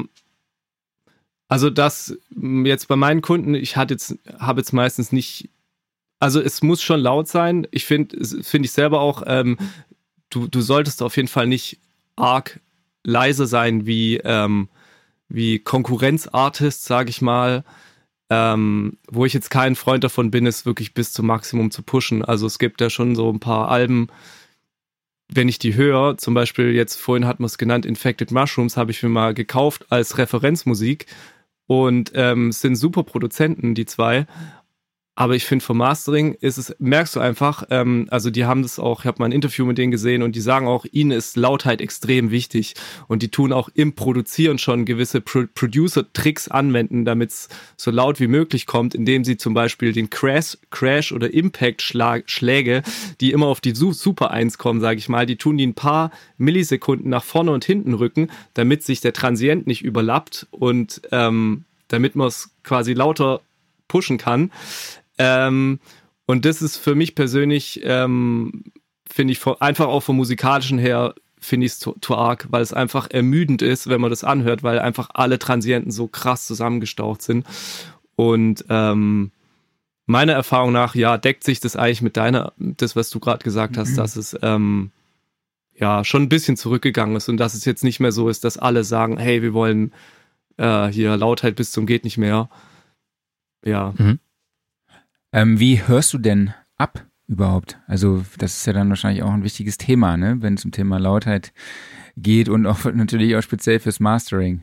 Speaker 3: also dass jetzt bei meinen Kunden, habe jetzt meistens nicht, also es muss schon laut sein. Ich finde ich selber auch, du solltest auf jeden Fall nicht arg leise sein wie Konkurrenzartist, sage ich mal. Wo ich jetzt kein Freund davon bin, ist wirklich bis zum Maximum zu pushen. Also es gibt ja schon so ein paar Alben, wenn ich die höre, zum Beispiel jetzt vorhin hat man es genannt, Infected Mushrooms, habe ich mir mal gekauft als Referenzmusik und sind super Produzenten, die zwei. Aber ich finde, vom Mastering merkst du einfach, also die haben das auch, ich habe mal ein Interview mit denen gesehen und die sagen auch, ihnen ist Lautheit extrem wichtig und die tun auch im Produzieren schon gewisse Producer-Tricks anwenden, damit es so laut wie möglich kommt, indem sie zum Beispiel den Crash oder Impact-Schläge, die immer auf die Super 1 kommen, sage ich mal, die tun die ein paar Millisekunden nach vorne und hinten rücken, damit sich der Transient nicht überlappt und damit man es quasi lauter pushen kann. Und das ist für mich persönlich, finde ich, einfach auch vom musikalischen her, finde ich es zu arg, weil es einfach ermüdend ist, wenn man das anhört, weil einfach alle Transienten so krass zusammengestaucht sind. Und meiner Erfahrung nach, ja, deckt sich das eigentlich mit das, was du gerade gesagt hast, dass es ja schon ein bisschen zurückgegangen ist und dass es jetzt nicht mehr so ist, dass alle sagen, hey, wir wollen hier Lautheit bis zum geht nicht mehr. Ja.
Speaker 1: Wie hörst du denn ab überhaupt? Also das ist ja dann wahrscheinlich auch ein wichtiges Thema, ne? Wenn es um Thema Lautheit geht und auch natürlich auch speziell fürs Mastering.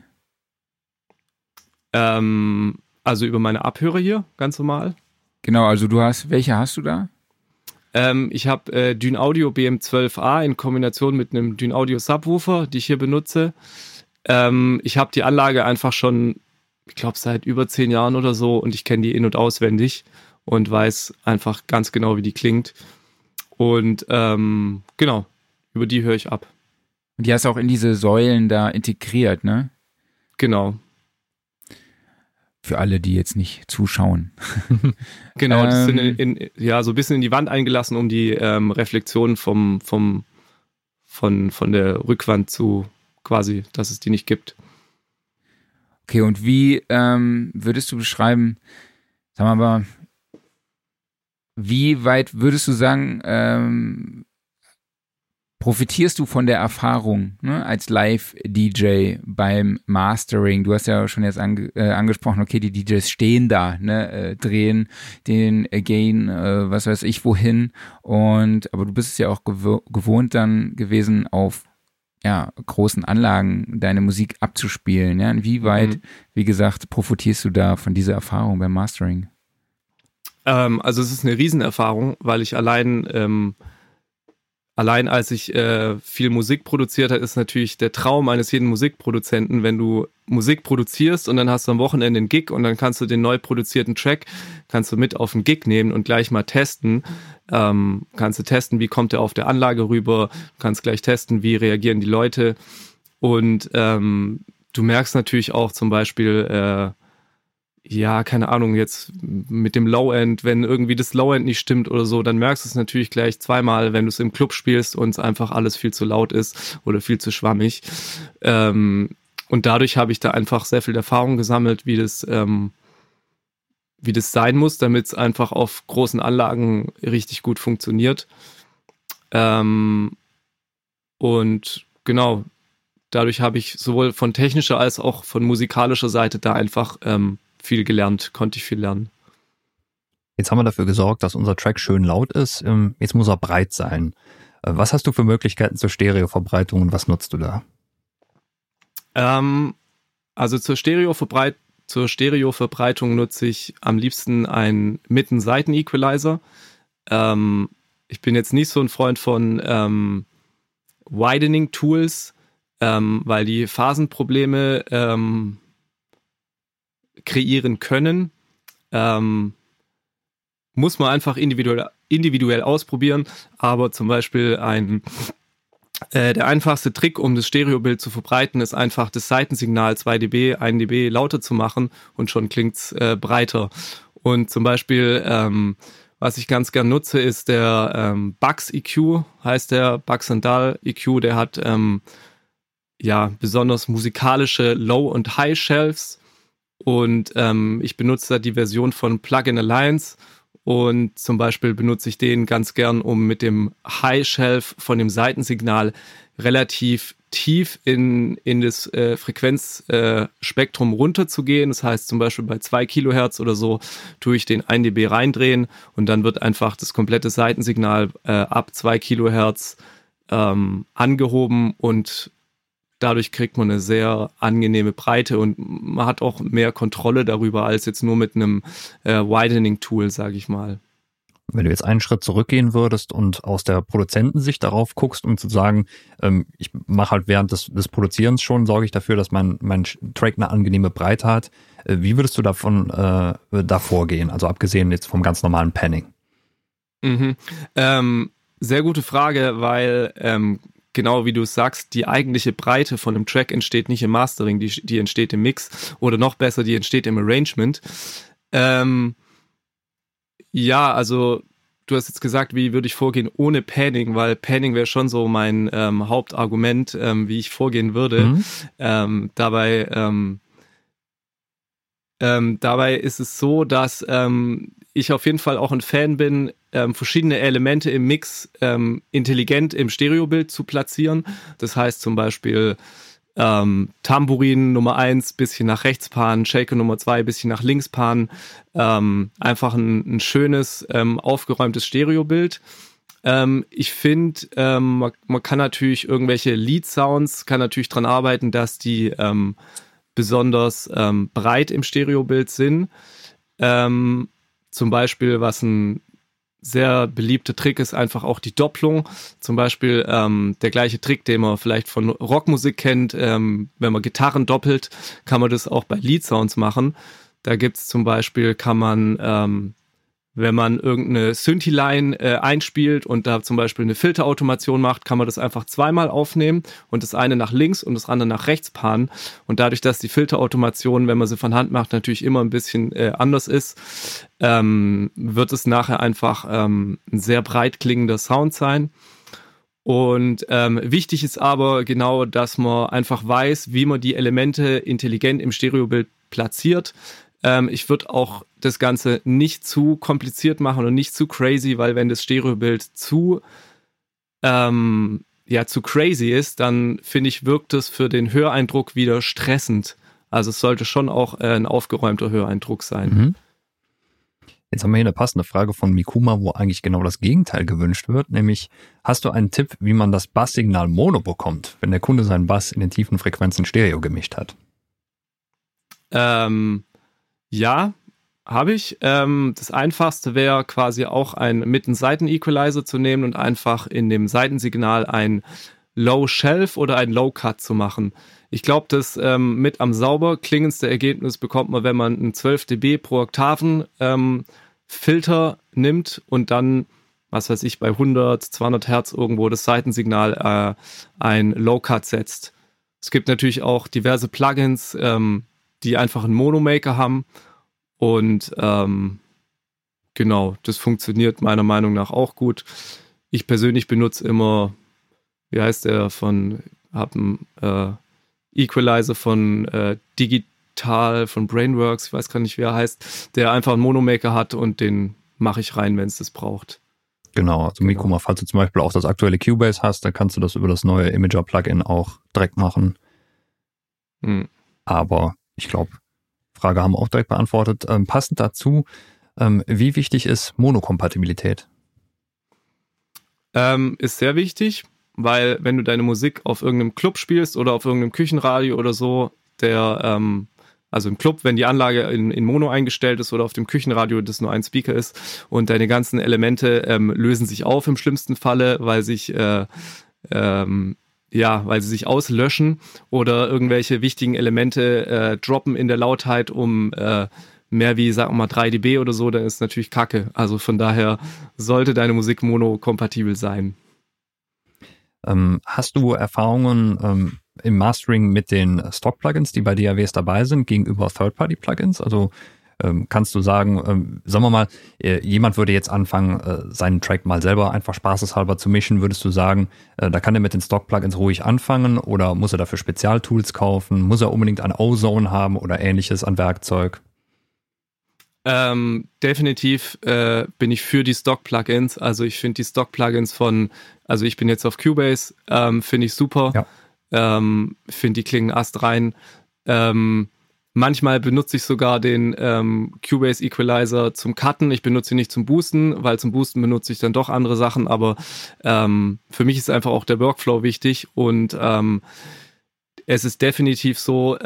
Speaker 3: Also über meine Abhörer hier, ganz normal.
Speaker 1: Genau, also welche hast du da?
Speaker 3: Ich habe Dynaudio BM12A in Kombination mit einem Dynaudio Subwoofer, die ich hier benutze. Ich habe die Anlage einfach schon, ich glaube, seit über 10 Jahren oder so und ich kenne die in- und auswendig und weiß einfach ganz genau, wie die klingt. Und genau, über die höre ich ab.
Speaker 1: Und die hast du auch in diese Säulen da integriert, ne?
Speaker 3: Genau.
Speaker 1: Für alle, die jetzt nicht zuschauen.
Speaker 3: Genau, das sind so ein bisschen in die Wand eingelassen, um die Reflexionen von der Rückwand zu quasi, dass es die nicht gibt.
Speaker 1: Okay, und wie würdest du beschreiben, sagen wir mal, wie weit würdest du sagen, profitierst du von der Erfahrung, ne, als Live-DJ beim Mastering? Du hast ja schon jetzt angesprochen, okay, die DJs stehen da, ne, drehen den Gain, was weiß ich wohin, aber du bist es ja auch gewohnt dann gewesen, auf großen Anlagen deine Musik abzuspielen. Ja? Inwieweit, wie gesagt, profitierst du da von dieser Erfahrung beim Mastering?
Speaker 3: Also es ist eine Riesenerfahrung, weil ich allein als ich viel Musik produziert habe, ist natürlich der Traum eines jeden Musikproduzenten, wenn du Musik produzierst und dann hast du am Wochenende einen Gig und dann kannst du den neu produzierten Track, kannst du mit auf den Gig nehmen und gleich mal testen. Kannst du testen, wie kommt er auf der Anlage rüber, du kannst gleich testen, wie reagieren die Leute und du merkst natürlich auch zum Beispiel keine Ahnung, jetzt mit dem Low-End, wenn irgendwie das Low-End nicht stimmt oder so, dann merkst du es natürlich gleich zweimal, wenn du es im Club spielst und es einfach alles viel zu laut ist oder viel zu schwammig. Und dadurch habe ich da einfach sehr viel Erfahrung gesammelt, wie das sein muss, damit es einfach auf großen Anlagen richtig gut funktioniert. Und genau, dadurch habe ich sowohl von technischer als auch von musikalischer Seite da einfach konnte ich viel lernen.
Speaker 2: Jetzt haben wir dafür gesorgt, dass unser Track schön laut ist. Jetzt muss er breit sein. Was hast du für Möglichkeiten zur Stereoverbreitung und was nutzt du da?
Speaker 3: Also zur Stereoverbreitung nutze ich am liebsten einen Mitten-Seiten-Equalizer. Ich bin jetzt nicht so ein Freund von Widening-Tools, weil die Phasenprobleme kreieren können. Muss man einfach individuell ausprobieren, aber zum Beispiel der einfachste Trick, um das Stereobild zu verbreiten, ist einfach das Seitensignal 2 dB, 1 dB lauter zu machen und schon klingt's breiter. Und zum Beispiel, was ich ganz gern nutze, ist der Bugs EQ, heißt der Bugs & Dull EQ, der hat besonders musikalische Low- und High-Shelves und ich benutze da die Version von Plugin Alliance. Und zum Beispiel benutze ich den ganz gern, um mit dem High Shelf von dem Seitensignal relativ tief in das Frequenzspektrum runterzugehen. Das heißt zum Beispiel bei 2 Kilohertz oder so tue ich den 1 dB reindrehen und dann wird einfach das komplette Seitensignal ab 2 Kilohertz angehoben und dadurch kriegt man eine sehr angenehme Breite und man hat auch mehr Kontrolle darüber als jetzt nur mit einem Widening-Tool, sage ich mal.
Speaker 2: Wenn du jetzt einen Schritt zurückgehen würdest und aus der Produzentensicht darauf guckst, um zu sagen, ich mache halt während des Produzierens schon, sorge ich dafür, dass mein Track eine angenehme Breite hat. Wie würdest du da vorgehen? Also abgesehen jetzt vom ganz normalen Panning.
Speaker 3: Sehr gute Frage, weil genau wie du sagst, die eigentliche Breite von einem Track entsteht nicht im Mastering, die entsteht im Mix oder noch besser, die entsteht im Arrangement. Also du hast jetzt gesagt, wie würde ich vorgehen ohne Panning, weil Panning wäre schon so mein Hauptargument, wie ich vorgehen würde. Dabei ist es so, dass ich auf jeden Fall auch ein Fan bin, verschiedene Elemente im Mix intelligent im Stereobild zu platzieren. Das heißt zum Beispiel Tambourin Nummer 1 bisschen nach rechts panen, Shaker Nummer 2 bisschen nach links panen. Einfach ein schönes, aufgeräumtes Stereobild. Ich finde, man kann natürlich irgendwelche Lead-Sounds, kann natürlich dran arbeiten, dass die besonders breit im Stereobild sind. Zum Beispiel, was ein sehr beliebter Trick ist, einfach auch die Doppelung. Zum Beispiel der gleiche Trick, den man vielleicht von Rockmusik kennt. Wenn man Gitarren doppelt, kann man das auch bei Lead-Sounds machen. Da gibt's zum Beispiel, kann man, wenn man irgendeine Synthi-Line einspielt und da zum Beispiel eine Filterautomation macht, kann man das einfach zweimal aufnehmen und das eine nach links und das andere nach rechts panen. Und dadurch, dass die Filterautomation, wenn man sie von Hand macht, natürlich immer ein bisschen anders ist, wird es nachher einfach ein sehr breit klingender Sound sein. Und wichtig ist aber genau, dass man einfach weiß, wie man die Elemente intelligent im Stereobild platziert. Ich würde auch das Ganze nicht zu kompliziert machen und nicht zu crazy, weil wenn das Stereobild zu crazy ist, dann finde ich, wirkt es für den Höreindruck wieder stressend. Also es sollte schon auch ein aufgeräumter Höreindruck sein.
Speaker 2: Jetzt haben wir hier eine passende Frage von Mikuma, wo eigentlich genau das Gegenteil gewünscht wird, nämlich hast du einen Tipp, wie man das Basssignal Mono bekommt, wenn der Kunde seinen Bass in den tiefen Frequenzen Stereo gemischt hat?
Speaker 3: Ja, habe ich. Das Einfachste wäre quasi auch einen Mitten-Seiten-Equalizer zu nehmen und einfach in dem Seitensignal ein Low-Shelf oder ein Low-Cut zu machen. Ich glaube, das mit am sauber klingendste Ergebnis bekommt man, wenn man einen 12 dB pro Oktaven Filter nimmt und dann, was weiß ich, bei 100, 200 Hertz irgendwo das Seitensignal ein Low-Cut setzt. Es gibt natürlich auch diverse Plugins, die einfach einen Monomaker haben und genau, das funktioniert meiner Meinung nach auch gut. Ich persönlich benutze immer, wie heißt der, habe einen Equalizer von Digital, von Brainworks, ich weiß gar nicht, wie er heißt, der einfach einen Monomaker hat und den mache ich rein, wenn es das braucht.
Speaker 2: Genau, also Mikuma, falls du zum Beispiel auch das aktuelle Cubase hast, dann kannst du das über das neue Imager-Plugin auch direkt machen. Aber ich glaube, Frage haben wir auch direkt beantwortet. Passend dazu, wie wichtig ist Monokompatibilität?
Speaker 3: Ist sehr wichtig. weil wenn du deine Musik auf irgendeinem Club spielst oder auf irgendeinem Küchenradio oder so, also im Club, wenn die Anlage in Mono eingestellt ist oder auf dem Küchenradio, das nur ein Speaker ist und deine ganzen Elemente lösen sich auf im schlimmsten Falle, weil sie sich auslöschen oder irgendwelche wichtigen Elemente droppen in der Lautheit um mehr wie, sagen wir mal, 3 dB oder so, dann ist natürlich Kacke. Also von daher sollte deine Musik mono-kompatibel sein.
Speaker 2: Hast du Erfahrungen im Mastering mit den Stock-Plugins, die bei DAWs dabei sind, gegenüber Third-Party-Plugins? Also kannst du sagen, sagen wir mal, jemand würde jetzt anfangen, seinen Track mal selber einfach spaßeshalber zu mischen, würdest du sagen, da kann er mit den Stock-Plugins ruhig anfangen oder muss er dafür Spezialtools kaufen? Muss er unbedingt ein Ozone haben oder ähnliches an Werkzeug?
Speaker 3: Definitiv bin ich für die Stock-Plugins. Also ich finde die Stock-Plugins also ich bin jetzt auf Cubase, finde ich super.
Speaker 2: Ja.
Speaker 3: Finde die klingen astrein. Manchmal benutze ich sogar den Cubase Equalizer zum Cutten. Ich benutze ihn nicht zum Boosten, weil zum Boosten benutze ich dann doch andere Sachen. Aber für mich ist einfach auch der Workflow wichtig. Und es ist definitiv so,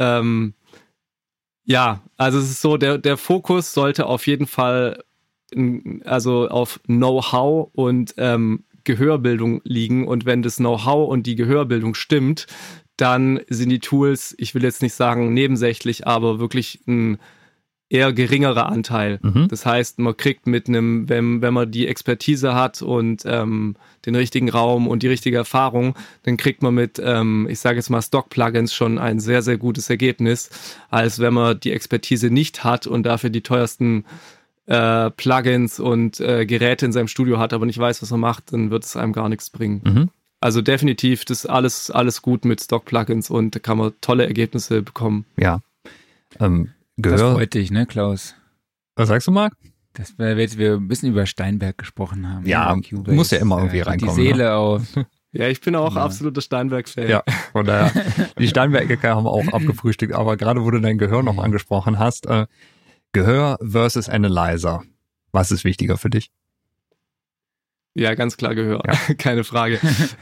Speaker 3: also es ist so, der Fokus sollte auf jeden Fall also auf Know-how und Gehörbildung liegen. Und wenn das Know-how und die Gehörbildung stimmt, dann sind die Tools, ich will jetzt nicht sagen nebensächlich, aber wirklich ein eher geringerer Anteil. Mhm. Das heißt, man kriegt mit wenn man die Expertise hat und den richtigen Raum und die richtige Erfahrung, dann kriegt man mit, ich sage jetzt mal Stock-Plugins schon ein sehr, sehr gutes Ergebnis, als wenn man die Expertise nicht hat und dafür die teuersten Plugins und Geräte in seinem Studio hat, aber nicht weiß, was er macht, dann wird es einem gar nichts bringen. Mhm. Also definitiv, das ist alles gut mit Stock-Plugins und da kann man tolle Ergebnisse bekommen.
Speaker 2: Ja.
Speaker 1: Das freut dich, ne, Klaus?
Speaker 2: Was sagst du, Marc?
Speaker 1: Dass wir ein bisschen über Steinberg gesprochen haben.
Speaker 2: Ja, du musst ja immer irgendwie reinkommen.
Speaker 1: Die Seele auf.
Speaker 3: Ja, ich bin auch absoluter Steinberg-Fan.
Speaker 2: Ja, von daher, die Steinberg-Ecke haben wir auch abgefrühstückt, aber gerade wo du dein Gehör noch angesprochen hast, Gehör versus Analyzer. Was ist wichtiger für dich?
Speaker 3: Ja, ganz klar Gehör, ja. Keine Frage.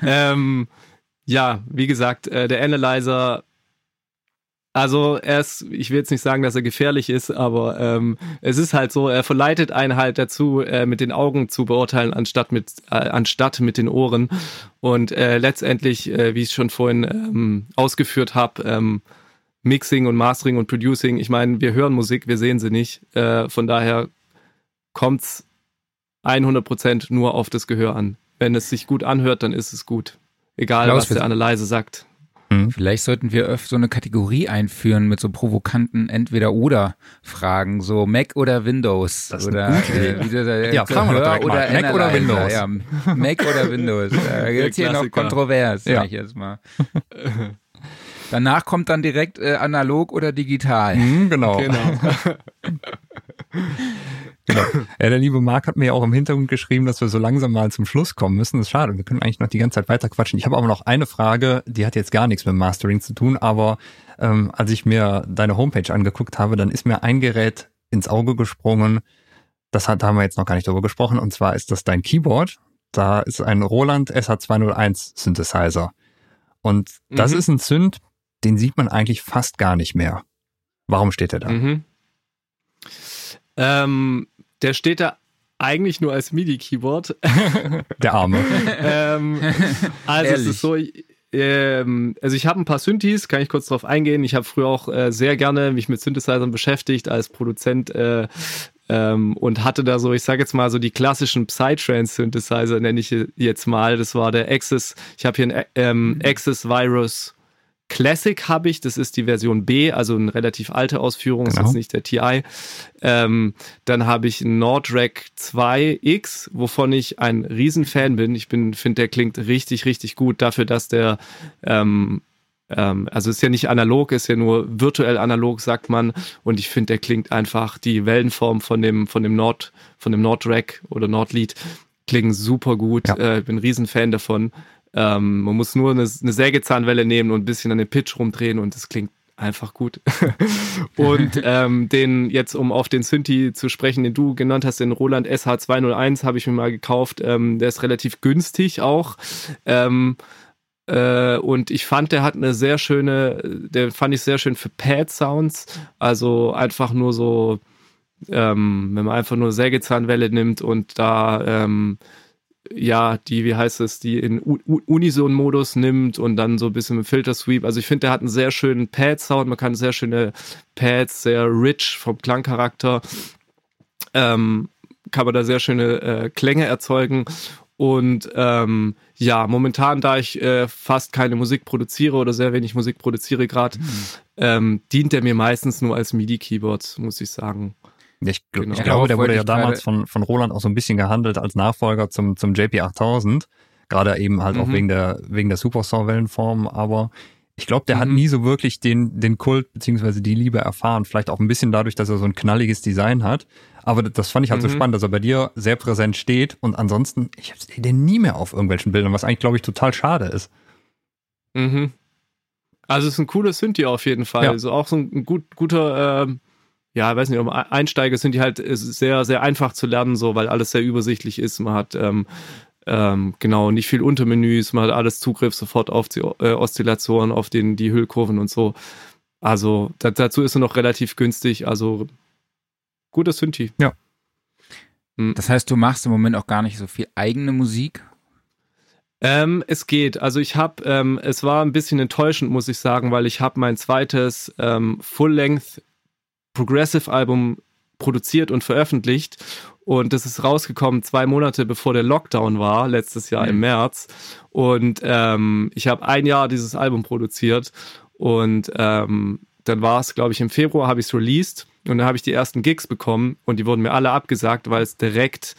Speaker 3: Wie gesagt, der Analyzer, also ich will jetzt nicht sagen, dass er gefährlich ist, aber es ist halt so, er verleitet einen halt dazu, mit den Augen zu beurteilen, anstatt mit den Ohren. Und letztendlich, wie ich es schon vorhin ausgeführt habe, Mixing und Mastering und Producing, ich meine, wir hören Musik, wir sehen sie nicht. Von daher kommt's 100% nur auf das Gehör an. Wenn es sich gut anhört, dann ist es gut. Egal, Klaus, was der Analyzer sagt.
Speaker 1: Vielleicht sollten wir öfter so eine Kategorie einführen mit so provokanten Entweder-Oder-Fragen, so Mac oder Windows.
Speaker 2: Das ist
Speaker 1: oder
Speaker 2: fragen wir doch direkt mal.
Speaker 1: Mac oder Windows. Ja, Mac oder Windows. Da gibt's hier noch kontrovers, sag ich jetzt mal. Danach kommt dann direkt analog oder digital.
Speaker 2: Genau. Genau. Ja, der liebe Marc hat mir ja auch im Hintergrund geschrieben, dass wir so langsam mal zum Schluss kommen müssen. Das ist schade. Wir können eigentlich noch die ganze Zeit weiter quatschen. Ich habe aber noch eine Frage, die hat jetzt gar nichts mit Mastering zu tun, aber als ich mir deine Homepage angeguckt habe, dann ist mir ein Gerät ins Auge gesprungen. Da haben wir jetzt noch gar nicht drüber gesprochen. Und zwar ist das dein Keyboard. Da ist ein Roland SH201 Synthesizer. Und das ist ein Synth, den sieht man eigentlich fast gar nicht mehr. Warum steht der da?
Speaker 3: Der steht da eigentlich nur als MIDI-Keyboard.
Speaker 2: Der Arme.
Speaker 3: Also es ist so, also ich habe ein paar Synthes, kann ich kurz drauf eingehen. Ich habe früher auch sehr gerne mich mit Synthesizern beschäftigt als Produzent und hatte da so, ich sage jetzt mal so die klassischen Psytrance-Synthesizer, nenne ich jetzt mal. Das war der Axis, ich habe hier einen Axis Virus Classic habe ich, das ist die Version B, also eine relativ alte Ausführung, genau. Ist jetzt nicht der TI. Dann habe ich einen Nordrack 2X, wovon ich ein Riesenfan bin. Ich finde, der klingt richtig, richtig gut dafür, dass der, also ist ja nicht analog, ist ja nur virtuell analog, sagt man. Und ich finde, der klingt einfach, die Wellenform von dem Nordrack oder Nordlead klingen super gut. Ja. Ich bin ein Riesenfan davon. Man muss nur eine Sägezahnwelle nehmen und ein bisschen an den Pitch rumdrehen und es klingt einfach gut. Und den jetzt, um auf den Synthi zu sprechen, den du genannt hast, den Roland SH201 habe ich mir mal gekauft. Der ist relativ günstig auch. Und ich fand, der fand ich sehr schön für Pad-Sounds. Also einfach nur so, wenn man einfach nur Sägezahnwelle nimmt und da die in Unison-Modus nimmt und dann so ein bisschen mit Filter-Sweep. Also ich finde, der hat einen sehr schönen Pad-Sound. Man kann sehr schöne Pads, sehr rich vom Klangcharakter. Kann man da sehr schöne Klänge erzeugen. Und momentan, da ich fast keine Musik produziere oder sehr wenig Musik produziere gerade, dient der mir meistens nur als MIDI-Keyboard, muss ich sagen.
Speaker 2: Ja, ich glaube, der wurde ja damals von Roland auch so ein bisschen gehandelt als Nachfolger zum JP8000. Gerade eben halt auch wegen der Supersaw-Wellenform. Aber ich glaube, der hat nie so wirklich den Kult beziehungsweise die Liebe erfahren. Vielleicht auch ein bisschen dadurch, dass er so ein knalliges Design hat. Aber das fand ich halt so spannend, dass er bei dir sehr präsent steht. Und ansonsten, ich sehe den nie mehr auf irgendwelchen Bildern, was eigentlich, glaube ich, total schade ist.
Speaker 3: Mhm. Also es ist ein cooler Synthi auf jeden Fall. Ja. Also auch so ein guter, weiß nicht, Einsteiger sind die halt sehr, sehr einfach zu lernen, so, weil alles sehr übersichtlich ist. Man hat nicht viel Untermenüs, man hat alles Zugriff sofort auf die Oszillatoren, auf die Hüllkurven und so. Also dazu ist er noch relativ günstig, also guter Synthi.
Speaker 1: Ja. Das heißt, du machst im Moment auch gar nicht so viel eigene Musik?
Speaker 3: Es geht. Also ich habe, es war ein bisschen enttäuschend, muss ich sagen, weil ich habe mein zweites Full-Length Progressive-Album produziert und veröffentlicht und das ist rausgekommen 2 Monate bevor der Lockdown war, letztes Jahr im März, und ich habe 1 Jahr dieses Album produziert und dann war es, glaube ich, im Februar habe ich es released und dann habe ich die ersten Gigs bekommen und die wurden mir alle abgesagt, weil es direkt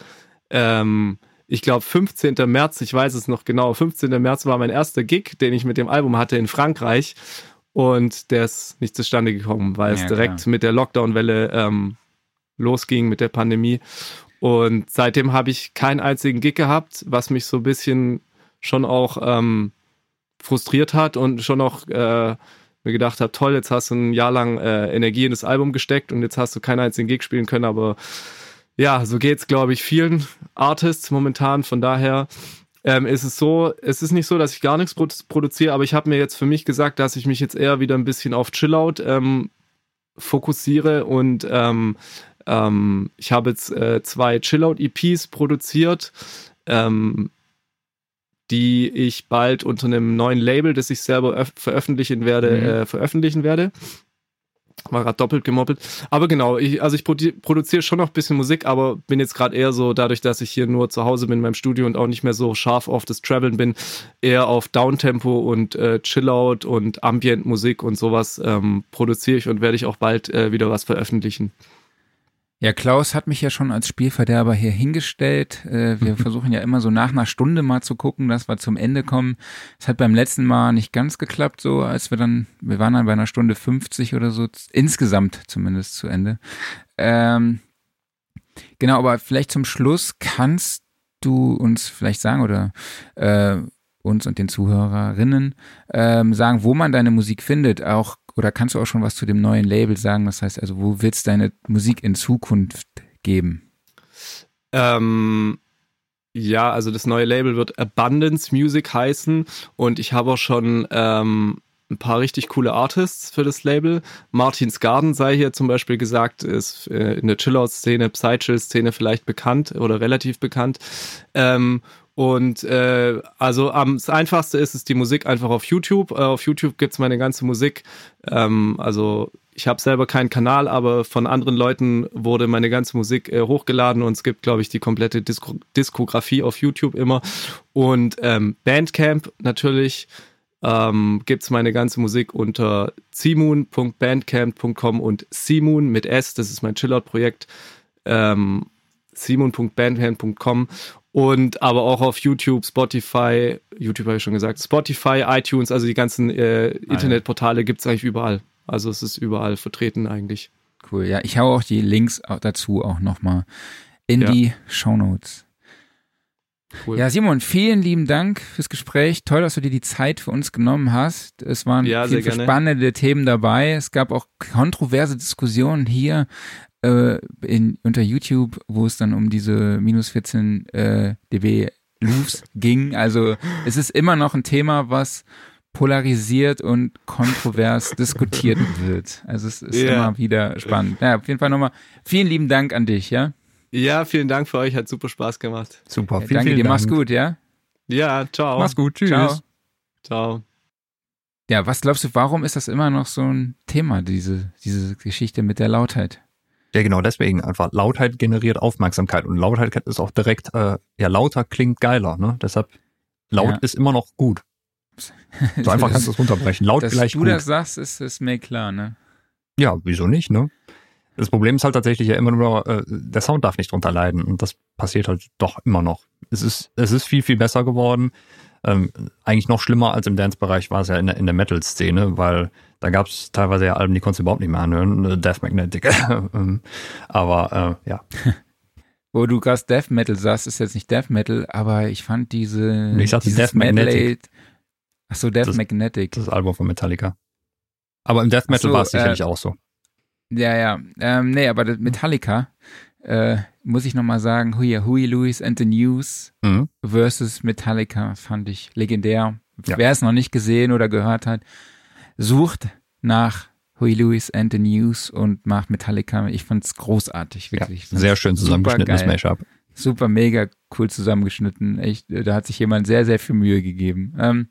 Speaker 3: ich glaube 15. März, ich weiß es noch genau, 15. März war mein erster Gig, den ich mit dem Album hatte in Frankreich. Und der ist nicht zustande gekommen, weil es direkt mit der Lockdown-Welle losging, mit der Pandemie. Und seitdem habe ich keinen einzigen Gig gehabt, was mich so ein bisschen schon auch frustriert hat und schon auch mir gedacht habe, toll, jetzt hast du ein Jahr lang Energie in das Album gesteckt und jetzt hast du keinen einzigen Gig spielen können. Aber ja, so geht's, glaube ich, vielen Artists momentan. Von daher es ist nicht so, dass ich gar nichts produziere, aber ich habe mir jetzt für mich gesagt, dass ich mich jetzt eher wieder ein bisschen auf Chillout fokussiere und ich habe jetzt 2 Chillout-EPs produziert, die ich bald unter einem neuen Label, das ich selber veröffentlichen werde. War gerade doppelt gemoppelt. Aber genau, ich produziere schon noch ein bisschen Musik, aber bin jetzt gerade eher so, dadurch, dass ich hier nur zu Hause bin in meinem Studio und auch nicht mehr so scharf auf das Traveln bin, eher auf Downtempo und Chillout und Ambient-Musik und sowas produziere ich und werde ich auch bald wieder was veröffentlichen.
Speaker 1: Ja, Klaus hat mich ja schon als Spielverderber hier hingestellt. Wir versuchen ja immer so nach einer Stunde mal zu gucken, dass wir zum Ende kommen. Es hat beim letzten Mal nicht ganz geklappt, so als wir waren dann bei einer Stunde 50 oder so, insgesamt zumindest zu Ende. Genau, aber vielleicht zum Schluss kannst du uns vielleicht sagen oder uns und den Zuhörerinnen sagen, wo man deine Musik findet, auch, oder kannst du auch schon was zu dem neuen Label sagen? Das heißt also, wo wird es deine Musik in Zukunft geben?
Speaker 3: Ja, also das neue Label wird Abundance Music heißen und ich habe auch schon ein paar richtig coole Artists für das Label. Martin's Garden sei hier zum Beispiel gesagt, ist in der Chill-Out-Szene, Psychill-Szene vielleicht bekannt oder relativ bekannt. Also das Einfachste ist es, die Musik einfach auf YouTube. Auf YouTube gibt's meine ganze Musik. Also ich habe selber keinen Kanal, aber von anderen Leuten wurde meine ganze Musik hochgeladen und es gibt, glaube ich, die komplette Diskografie auf YouTube immer. Und Bandcamp natürlich gibt's meine ganze Musik unter cmoon.bandcamp.com und cmoon mit S, das ist mein Chillout-Projekt, cmoon.bandcamp.com. Und aber auch auf YouTube, Spotify, YouTube habe ich schon gesagt, Spotify, iTunes, also die ganzen Internetportale gibt's eigentlich überall. Also es ist überall vertreten eigentlich.
Speaker 1: Cool, ja, ich hau auch die Links dazu auch nochmal in die Shownotes.
Speaker 3: Cool.
Speaker 1: Ja, Simon, vielen lieben Dank fürs Gespräch. Toll, dass du dir die Zeit für uns genommen hast. Es waren viele spannende Themen dabei. Es gab auch kontroverse Diskussionen hier unter YouTube, wo es dann um diese minus 14 dB Loops ging. Also es ist immer noch ein Thema, was polarisiert und kontrovers diskutiert wird. Also es ist immer wieder spannend. Ja, auf jeden Fall nochmal vielen lieben Dank an dich, ja?
Speaker 3: Ja, vielen Dank für euch, hat super Spaß gemacht.
Speaker 2: Super,
Speaker 1: vielen Dank. Mach's gut, ja?
Speaker 3: Ja, ciao.
Speaker 2: Mach's gut, tschüss.
Speaker 3: Ciao.
Speaker 1: Ja, was glaubst du, warum ist das immer noch so ein Thema, diese Geschichte mit der Lautheit?
Speaker 2: Ja, genau, deswegen einfach Lautheit generiert Aufmerksamkeit und Lautheit ist auch direkt, lauter klingt geiler, ne? Deshalb, laut ist immer noch gut. So einfach kannst du es runterbrechen. Laut gleich gut.
Speaker 1: Dass du das sagst, ist mir klar, ne?
Speaker 2: Ja, wieso nicht, ne? Das Problem ist halt tatsächlich ja immer nur, der Sound darf nicht drunter leiden und das passiert halt doch immer noch. Es ist viel, viel besser geworden. Eigentlich noch schlimmer als im Dance-Bereich war es ja in der Metal-Szene, weil da gab es teilweise ja Alben, die konntest du überhaupt nicht mehr anhören. Death Magnetic. Aber ja.
Speaker 1: Wo du gerade Death Metal sagst, ist jetzt nicht Death Metal, aber ich fand ich
Speaker 2: sagte Death Magnetic.
Speaker 1: Achso, Death Magnetic.
Speaker 2: Das ist das Album von Metallica. Aber im Death Metal war es sicherlich auch so.
Speaker 1: Ja. Nee, aber das Metallica, muss ich nochmal sagen, Huey Lewis and the News versus Metallica fand ich legendär. Ja. Wer es noch nicht gesehen oder gehört hat, sucht nach Huey Lewis and the News und macht Metallica. Ich fand's großartig, wirklich.
Speaker 2: Ja, sehr schön zusammengeschnittenes Mashup.
Speaker 1: Super, mega cool zusammengeschnitten. Echt, da hat sich jemand sehr, sehr viel Mühe gegeben.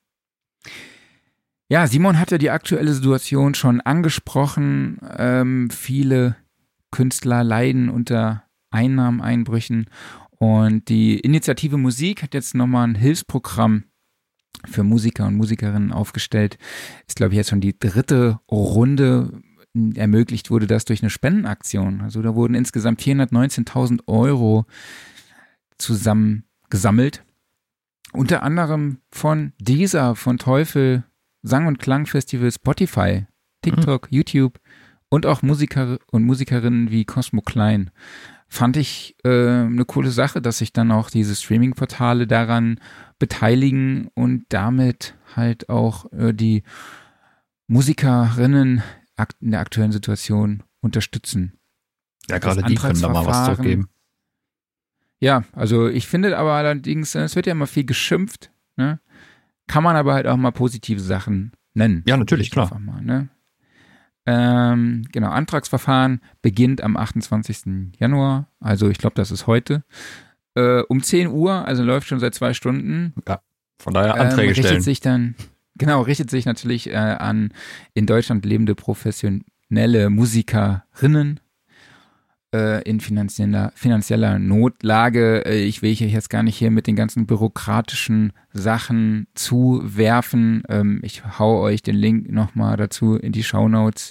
Speaker 1: Ja, Simon hatte die aktuelle Situation schon angesprochen. Viele Künstler leiden unter Einnahmeneinbrüchen und die Initiative Musik hat jetzt nochmal ein Hilfsprogramm für Musiker und Musikerinnen aufgestellt. Ist, glaube ich, jetzt schon die 3. Runde. Ermöglicht wurde das durch eine Spendenaktion. Also da wurden insgesamt 419.000 € zusammengesammelt. Unter anderem von Deezer, von Teufel, Sang- und Klangfestival, Spotify, TikTok, YouTube und auch Musiker und Musikerinnen wie Cosmo Klein. Fand ich eine coole Sache, dass sich dann auch diese Streaming-Portale daran beteiligen und damit halt auch die Musikerinnen in der aktuellen Situation unterstützen.
Speaker 2: Ja, gerade die können da mal was zurückgeben.
Speaker 1: Ja, also ich finde aber allerdings, es wird ja immer viel geschimpft, ne? Kann man aber halt auch mal positive Sachen nennen.
Speaker 2: Ja, natürlich, klar.
Speaker 1: Mal, ne? Genau, Antragsverfahren beginnt am 28. Januar, also ich glaube, das ist heute, um 10 Uhr, also läuft schon seit 2 Stunden.
Speaker 2: Ja, von daher Anträge stellen.
Speaker 1: Richtet sich natürlich an in Deutschland lebende professionelle Musikerinnen in finanzieller Notlage. Ich will hier jetzt gar nicht hier mit den ganzen bürokratischen Sachen zuwerfen. Ich hau euch den Link nochmal dazu in die Shownotes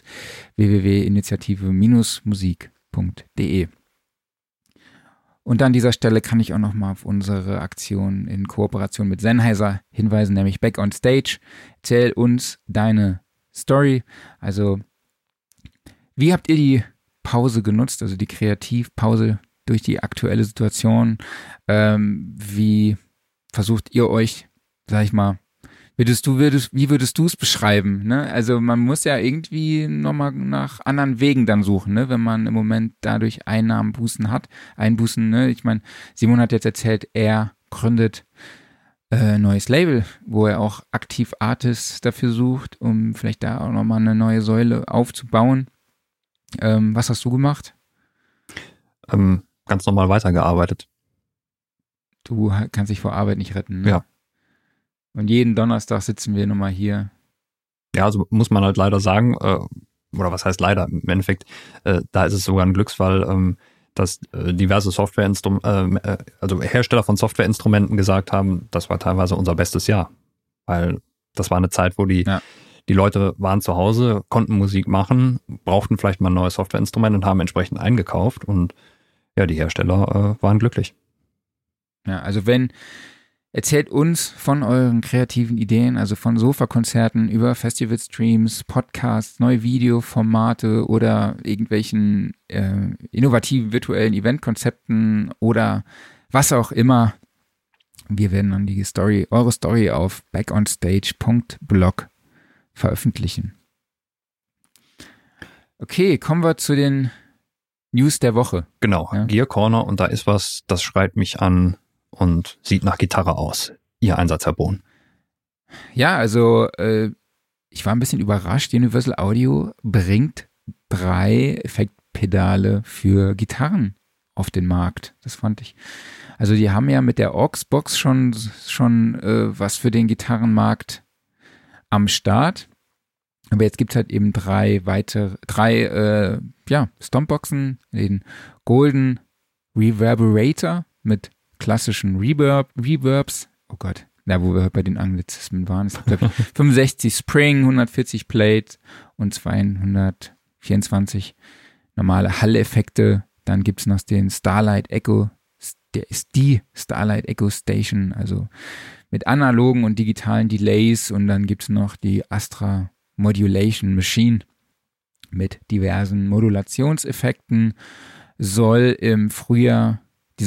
Speaker 1: www.initiative-musik.de. Und an dieser Stelle kann ich auch nochmal auf unsere Aktion in Kooperation mit Sennheiser hinweisen, nämlich Back on Stage. Erzähl uns deine Story. Also, wie habt ihr die Pause genutzt, also die Kreativpause durch die aktuelle Situation? Wie versucht ihr euch, sag ich mal, wie würdest du es beschreiben? Ne? Also man muss ja irgendwie nochmal nach anderen Wegen dann suchen, ne? Wenn man im Moment dadurch Einbußen hat. Ne? Ich meine, Simon hat jetzt erzählt, er gründet neues Label, wo er auch aktiv Artists dafür sucht, um vielleicht da auch nochmal eine neue Säule aufzubauen. Was hast du gemacht?
Speaker 2: Ganz normal weitergearbeitet.
Speaker 1: Du kannst dich vor Arbeit nicht retten, ne?
Speaker 2: Ja.
Speaker 1: Und jeden Donnerstag sitzen wir nochmal hier.
Speaker 2: Ja, also muss man halt leider sagen, oder was heißt leider? Im Endeffekt, da ist es sogar ein Glücksfall, dass diverse also Hersteller von Softwareinstrumenten gesagt haben, das war teilweise unser bestes Jahr. Weil das war eine Zeit, wo die Leute waren zu Hause, konnten Musik machen, brauchten vielleicht mal ein neues Softwareinstrument und haben entsprechend eingekauft. Und ja, die Hersteller waren glücklich.
Speaker 1: Ja, also erzählt uns von euren kreativen Ideen, also von Sofakonzerten über Festivalstreams, Podcasts, neue Videoformate oder irgendwelchen innovativen virtuellen Eventkonzepten oder was auch immer. Wir werden dann eure Story auf backonstage.blog veröffentlichen. Okay, kommen wir zu den News der Woche.
Speaker 2: Genau, ja. Gear Corner, und da ist was, das schreit mich an und sieht nach Gitarre aus. Ihr Einsatz, Herr Bohn.
Speaker 1: Ja, also ich war ein bisschen überrascht. Universal Audio bringt 3 Effektpedale für Gitarren auf den Markt. Das fand ich. Also die haben ja mit der Aux-Box schon was für den Gitarrenmarkt am Start. Aber jetzt gibt es halt eben 3 Stompboxen, den Golden Reverberator mit klassischen Reverbs. Oh Gott, wo wir bei den Anglizismen waren. Es gibt 65 Spring, 140 Plate und 224 normale Hall-Effekte. Dann gibt es noch den Starlight Echo, der ist die Starlight Echo Station, also mit analogen und digitalen Delays, und dann gibt es noch die Astra Modulation Machine mit diversen Modulationseffekten. Die sollen im Frühjahr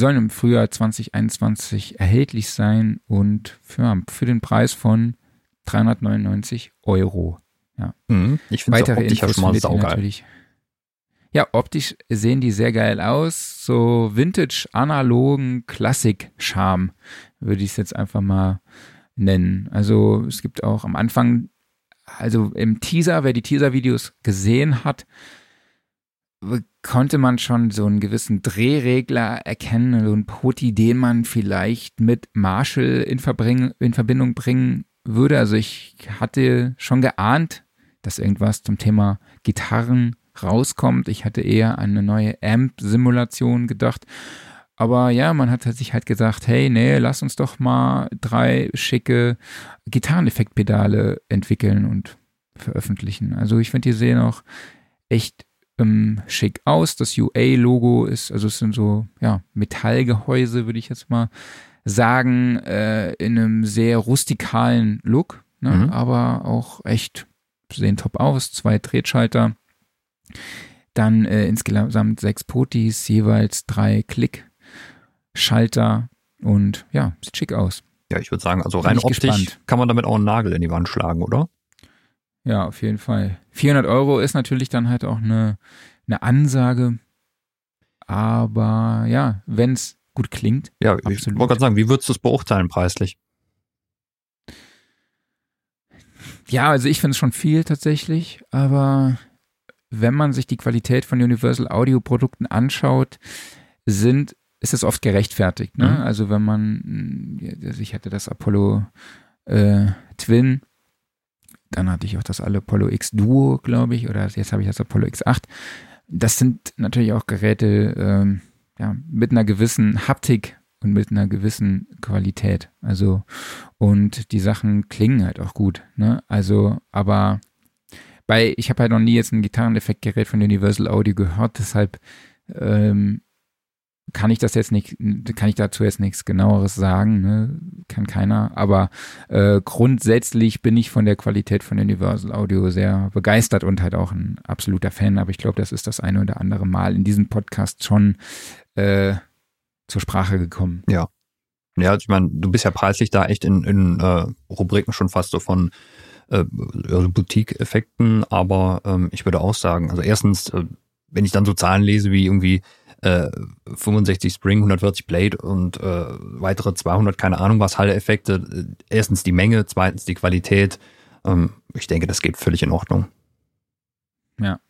Speaker 1: 2021 erhältlich sein und für den Preis von 399 €. Ja.
Speaker 2: Ich finde es optisch ja schon mal saugeil.
Speaker 1: Ja, optisch sehen die sehr geil aus. So Vintage-analogen Klassik-Charme würde ich es jetzt einfach mal nennen. Also es gibt auch am Anfang, also im Teaser, wer die Teaser-Videos gesehen hat, konnte man schon so einen gewissen Drehregler erkennen, so einen Poti, den man vielleicht mit Marshall in Verbindung bringen würde. Also ich hatte schon geahnt, dass irgendwas zum Thema Gitarren rauskommt. Ich hatte eher an eine neue Amp-Simulation gedacht. Aber ja, man hat sich halt gesagt, hey, nee, lass uns doch mal 3 schicke Gitarreneffektpedale entwickeln und veröffentlichen. Also ich finde, die sehen auch echt schick aus. Das UA-Logo ist, also es sind so Metallgehäuse, würde ich jetzt mal sagen, in einem sehr rustikalen Look, ne? Aber auch echt sehen top aus. 2 Drehschalter. Dann insgesamt 6 Potis, jeweils 3 Klickschalter und ja, sieht schick aus.
Speaker 2: Ja, ich würde sagen, also rein optisch kann man damit auch einen Nagel in die Wand schlagen, oder?
Speaker 1: Ja, auf jeden Fall. 400 € ist natürlich dann halt auch eine Ansage, aber ja, wenn es gut klingt.
Speaker 2: Ja, absolut. Ich wollte gerade sagen, wie würdest du es beurteilen preislich?
Speaker 1: Ja, also ich finde es schon viel tatsächlich, aber wenn man sich die Qualität von Universal Audio Produkten anschaut, ist es oft gerechtfertigt. Ne? Also wenn man, ich hatte das Apollo Twin, dann hatte ich auch das Apollo X Duo, glaube ich, oder jetzt habe ich das Apollo X8. Das sind natürlich auch Geräte mit einer gewissen Haptik und mit einer gewissen Qualität. Also, und die Sachen klingen halt auch gut. Ne? Also, aber ich habe halt noch nie jetzt ein Gitarreneffektgerät von Universal Audio gehört, deshalb kann ich dazu jetzt nichts Genaueres sagen, ne? Kann keiner, aber grundsätzlich bin ich von der Qualität von Universal Audio sehr begeistert und halt auch ein absoluter Fan, aber ich glaube, das ist das eine oder andere Mal in diesem Podcast schon zur Sprache gekommen.
Speaker 2: Ja. Ja, ich meine, du bist ja preislich da echt in Rubriken schon fast so von Boutique-Effekten, aber ich würde auch sagen, also erstens, wenn ich dann so Zahlen lese wie irgendwie 65 Spring, 140 Plate und weitere 200, keine Ahnung was, Hall-Effekte, erstens die Menge, zweitens die Qualität, ich denke, das geht völlig in Ordnung.
Speaker 1: Ja.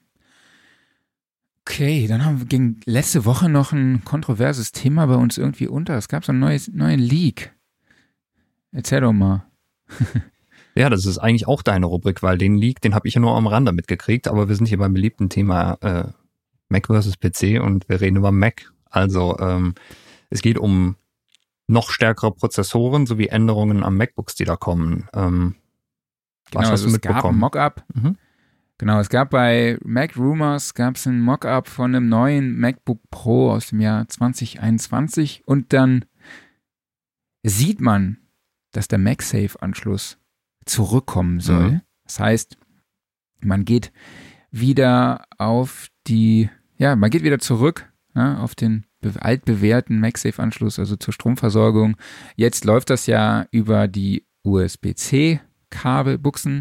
Speaker 1: Okay, dann ging letzte Woche noch ein kontroverses Thema bei uns irgendwie unter. Es gab so einen neuen Leak. Erzähl doch mal.
Speaker 2: Ja, das ist eigentlich auch deine Rubrik, weil den Leak, den habe ich ja nur am Rande mitgekriegt, aber wir sind hier beim beliebten Thema Mac versus PC und wir reden über Mac. Also es geht um noch stärkere Prozessoren sowie Änderungen am MacBooks, die da kommen.
Speaker 1: Genau, hast du mitbekommen? Es gab ein Mockup. Genau, es gab bei Mac Rumors ein Mockup von einem neuen MacBook Pro aus dem Jahr 2021 und dann sieht man, dass der MagSafe-Anschluss zurückkommen soll. Das heißt, man geht wieder zurück auf den altbewährten MagSafe-Anschluss, also zur Stromversorgung. Jetzt läuft das ja über die USB-C-Kabelbuchsen,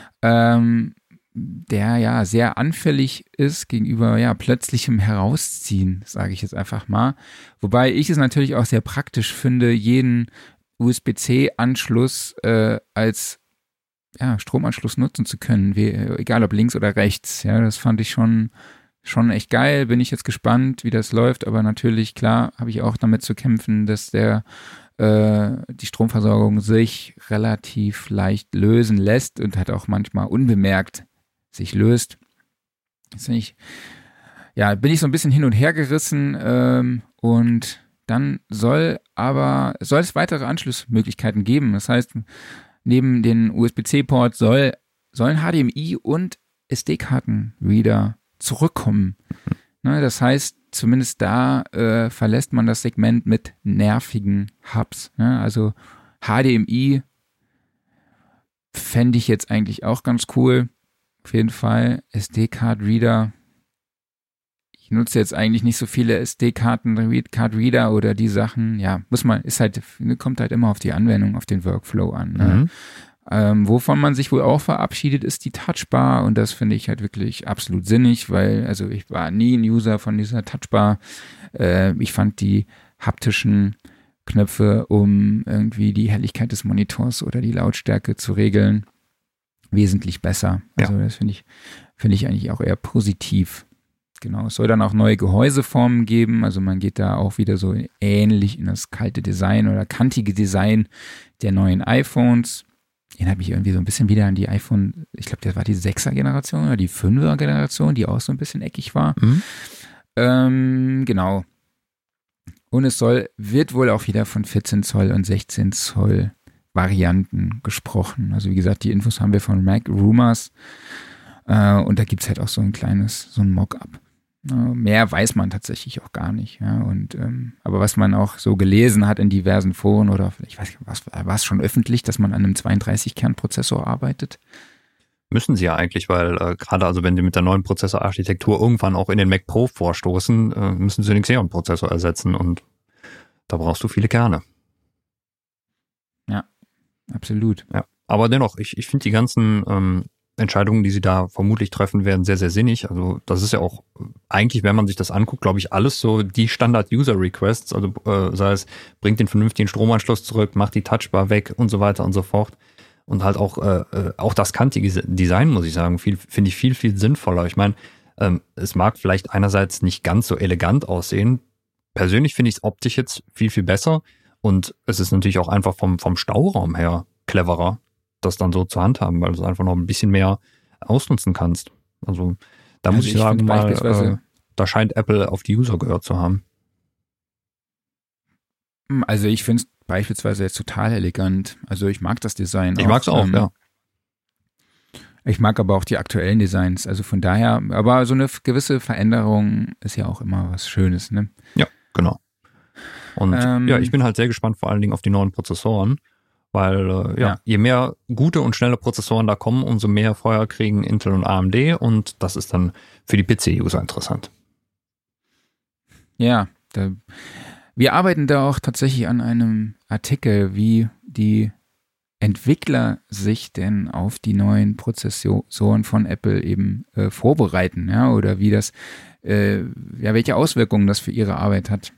Speaker 1: der ja sehr anfällig ist gegenüber plötzlichem Herausziehen, sage ich jetzt einfach mal. Wobei ich es natürlich auch sehr praktisch finde, jeden USB-C-Anschluss als Stromanschluss nutzen zu können, egal ob links oder rechts. Ja, das fand ich schon echt geil. Bin ich jetzt gespannt, wie das läuft. Aber natürlich, klar, habe ich auch damit zu kämpfen, dass die Stromversorgung sich relativ leicht lösen lässt und hat auch manchmal unbemerkt sich löst. Jetzt bin ich so ein bisschen hin und her gerissen und dann soll es weitere Anschlussmöglichkeiten geben. Das heißt, neben den USB-C-Port sollen HDMI und SD-Karten-Reader zurückkommen. Ne, das heißt, zumindest da verlässt man das Segment mit nervigen Hubs. Ne? Also HDMI fände ich jetzt eigentlich auch ganz cool. Auf jeden Fall SD-Card-Reader. Ich nutze jetzt eigentlich nicht so viele SD-Card-Reader oder die Sachen. Ja, kommt halt immer auf die Anwendung, auf den Workflow an. Ne? Wovon man sich wohl auch verabschiedet, ist die Touchbar und das finde ich halt wirklich absolut sinnig, weil ich war nie ein User von dieser Touchbar. Ich fand die haptischen Knöpfe, um irgendwie die Helligkeit des Monitors oder die Lautstärke zu regeln, wesentlich besser. Also das finde ich eigentlich auch eher positiv. Genau, es soll dann auch neue Gehäuseformen geben, also man geht da auch wieder so ähnlich in das kalte Design oder kantige Design der neuen iPhones. Erinnert mich irgendwie so ein bisschen wieder an die iPhone, ich glaube, das war die 6er-Generation oder die 5er-Generation, die auch so ein bisschen eckig war. Genau. Und es wird wohl auch wieder von 14 Zoll und 16 Zoll Varianten gesprochen. Also wie gesagt, die Infos haben wir von Mac Rumors und da gibt es halt auch so ein Mock-up. Mehr weiß man tatsächlich auch gar nicht. Ja, und aber was man auch so gelesen hat in diversen Foren oder ich weiß nicht, war es schon öffentlich, dass man an einem 32-Kern-Prozessor arbeitet?
Speaker 2: Müssen sie ja eigentlich, weil gerade also wenn sie mit der neuen Prozessorarchitektur irgendwann auch in den Mac Pro vorstoßen, müssen sie den Xeon-Prozessor ersetzen und da brauchst du viele Kerne.
Speaker 1: Ja, absolut.
Speaker 2: Ja, aber dennoch, ich finde die ganzen Entscheidungen, die sie da vermutlich treffen werden, sehr, sehr sinnig. Also das ist ja auch eigentlich, wenn man sich das anguckt, glaube ich, alles so die Standard-User-Requests. Also sei es, bringt den vernünftigen Stromanschluss zurück, macht die Touchbar weg und so weiter und so fort. Und halt auch das kantige Design, muss ich sagen, finde ich viel, viel sinnvoller. Ich meine, es mag vielleicht einerseits nicht ganz so elegant aussehen. Persönlich finde ich es optisch jetzt viel, viel besser. Und es ist natürlich auch einfach vom Stauraum her cleverer, das dann so zu handhaben, weil du es einfach noch ein bisschen mehr ausnutzen kannst. Also da muss ich sagen, mal, da scheint Apple auf die User gehört zu haben.
Speaker 1: Also ich finde es beispielsweise jetzt total elegant. Also ich mag das Design.
Speaker 2: Ich mag es auch, ja.
Speaker 1: Ich mag aber auch die aktuellen Designs. Also von daher, aber so eine gewisse Veränderung ist ja auch immer was Schönes, ne?
Speaker 2: Ja, genau. Und ich bin halt sehr gespannt vor allen Dingen auf die neuen Prozessoren. Weil je mehr gute und schnelle Prozessoren da kommen, umso mehr Feuer kriegen Intel und AMD und das ist dann für die PC-User interessant.
Speaker 1: Ja, wir arbeiten da auch tatsächlich an einem Artikel, wie die Entwickler sich denn auf die neuen Prozessoren von Apple eben vorbereiten, ja, oder wie das, welche Auswirkungen das für ihre Arbeit hat.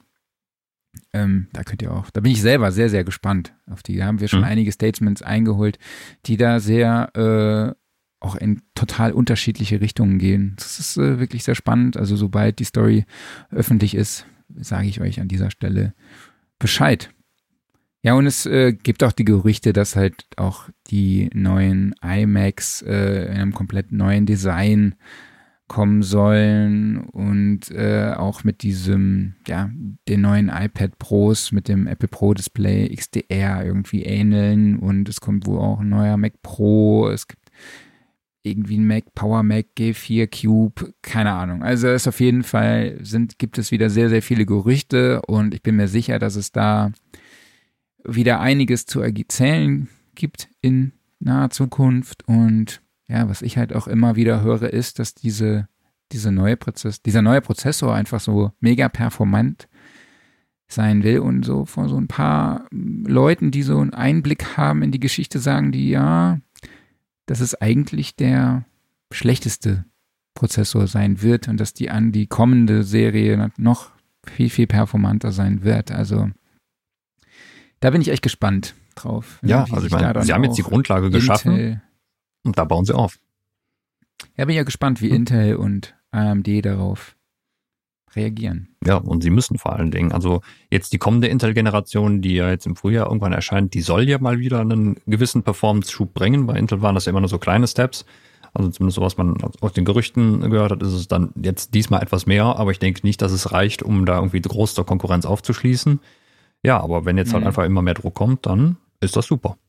Speaker 1: Da bin ich selber sehr, sehr gespannt auf die. Da haben wir schon einige Statements eingeholt, die da sehr auch in total unterschiedliche Richtungen gehen. Das ist wirklich sehr spannend. Also sobald die Story öffentlich ist, sage ich euch an dieser Stelle Bescheid. Ja, und es gibt auch die Gerüchte, dass halt auch die neuen iMacs in einem komplett neuen Design kommen sollen und auch mit diesem, den neuen iPad Pros mit dem Apple Pro Display XDR irgendwie ähneln und es kommt wohl auch ein neuer Mac Pro, es gibt irgendwie ein Power Mac G4 Cube, keine Ahnung. Also es auf jeden Fall gibt es wieder sehr, sehr viele Gerüchte und ich bin mir sicher, dass es da wieder einiges zu erzählen gibt in naher Zukunft und was ich halt auch immer wieder höre, ist, dass dieser neue Prozessor einfach so mega performant sein will und so von so ein paar Leuten, die so einen Einblick haben in die Geschichte, sagen die, ja, dass es eigentlich der schlechteste Prozessor sein wird und dass die kommende Serie noch viel, viel performanter sein wird. Also da bin ich echt gespannt drauf.
Speaker 2: Ja, also ich meine, sie haben jetzt die Grundlage geschaffen und da bauen sie auf.
Speaker 1: Ja, bin ja gespannt, wie Intel und AMD darauf reagieren.
Speaker 2: Ja, und sie müssen vor allen Dingen. Also jetzt die kommende Intel-Generation, die ja jetzt im Frühjahr irgendwann erscheint, die soll ja mal wieder einen gewissen Performance-Schub bringen. Bei Intel waren das ja immer nur so kleine Steps. Also zumindest so, was man aus den Gerüchten gehört hat, ist es dann jetzt diesmal etwas mehr. Aber ich denke nicht, dass es reicht, um da irgendwie groß zur Konkurrenz aufzuschließen. Ja, aber wenn jetzt halt einfach immer mehr Druck kommt, dann ist das super.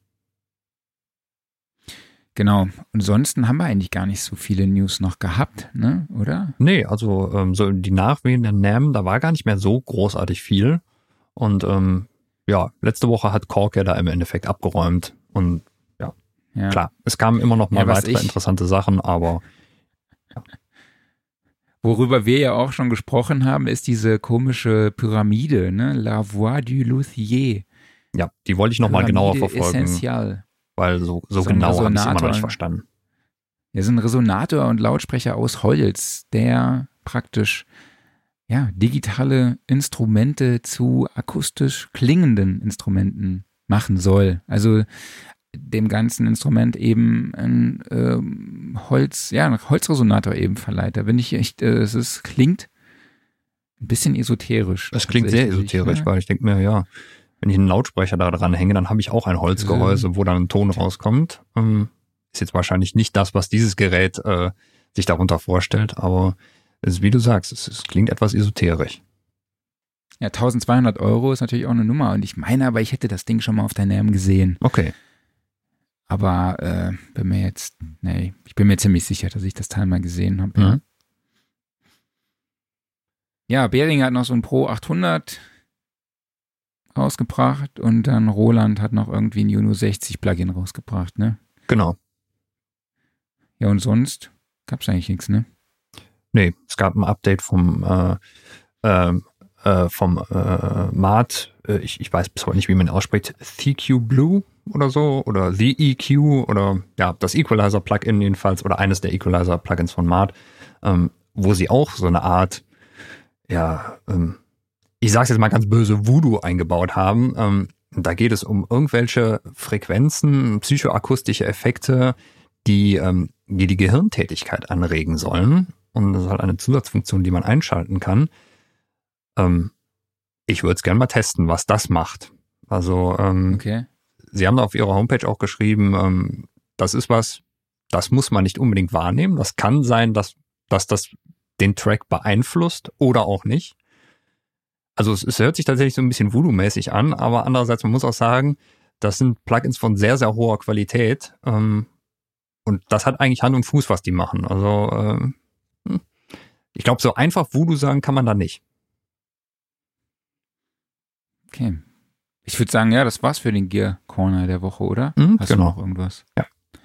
Speaker 1: Genau. Und ansonsten haben wir eigentlich gar nicht so viele News noch gehabt, ne? Oder?
Speaker 2: Nee, also so die Nachwehen der NAMM, da war gar nicht mehr so großartig viel. Und ja, letzte Woche hat Cork ja da im Endeffekt abgeräumt. Und ja. Klar, es kamen immer noch mal weitere interessante Sachen, aber ja.
Speaker 1: Worüber wir ja auch schon gesprochen haben, ist diese komische Pyramide, ne? La Voie du Luthier.
Speaker 2: Ja, die wollte ich noch mal genauer verfolgen.
Speaker 1: Essential.
Speaker 2: Weil so genau habe ich es immer noch nicht verstanden.
Speaker 1: Ja, so ein Resonator und Lautsprecher aus Holz, der praktisch digitale Instrumente zu akustisch klingenden Instrumenten machen soll. Also dem ganzen Instrument eben ein Holzresonator eben verleiht. Da bin ich echt, klingt ein bisschen esoterisch.
Speaker 2: Es klingt sehr esoterisch, weil ich denke mir, ja, wenn ich einen Lautsprecher da dran hänge, dann habe ich auch ein Holzgehäuse, wo dann ein Ton rauskommt. Ist jetzt wahrscheinlich nicht das, was dieses Gerät sich darunter vorstellt, aber es ist, wie du sagst, es klingt etwas esoterisch.
Speaker 1: Ja, 1.200 € ist natürlich auch eine Nummer und ich meine aber, ich hätte das Ding schon mal auf der NAMM gesehen.
Speaker 2: Okay.
Speaker 1: Aber ich bin mir ziemlich sicher, dass ich das Teil mal gesehen habe. Ja. Ja, Behringer hat noch so ein Pro 800 rausgebracht und dann Roland hat noch irgendwie ein Juno 60 Plugin rausgebracht, ne?
Speaker 2: Genau.
Speaker 1: Ja, und sonst gab es eigentlich nichts, ne?
Speaker 2: Nee, es gab ein Update vom Mart, ich weiß bis heute nicht, wie man ausspricht, TQ Blue oder so, oder The EQ oder ja, das Equalizer-Plugin jedenfalls, oder eines der Equalizer-Plugins von Mart, wo sie auch so eine Art, ich sag's jetzt mal ganz böse, Voodoo eingebaut haben. Da geht es um irgendwelche Frequenzen, psychoakustische Effekte, die die Gehirntätigkeit anregen sollen. Und das ist halt eine Zusatzfunktion, die man einschalten kann. Ich würde es gerne mal testen, was das macht. Also
Speaker 1: okay.
Speaker 2: Sie haben da auf Ihrer Homepage auch geschrieben, das ist was, das muss man nicht unbedingt wahrnehmen. Das kann sein, dass das den Track beeinflusst oder auch nicht. Also es hört sich tatsächlich so ein bisschen Voodoo-mäßig an, aber andererseits, man muss auch sagen, das sind Plugins von sehr, sehr hoher Qualität. Und das hat eigentlich Hand und Fuß, was die machen. Also ich glaube, so einfach Voodoo sagen kann man da nicht.
Speaker 1: Okay. Ich würde sagen, ja, das war's für den Gear Corner der Woche, oder? Hast du noch irgendwas?
Speaker 2: Ja.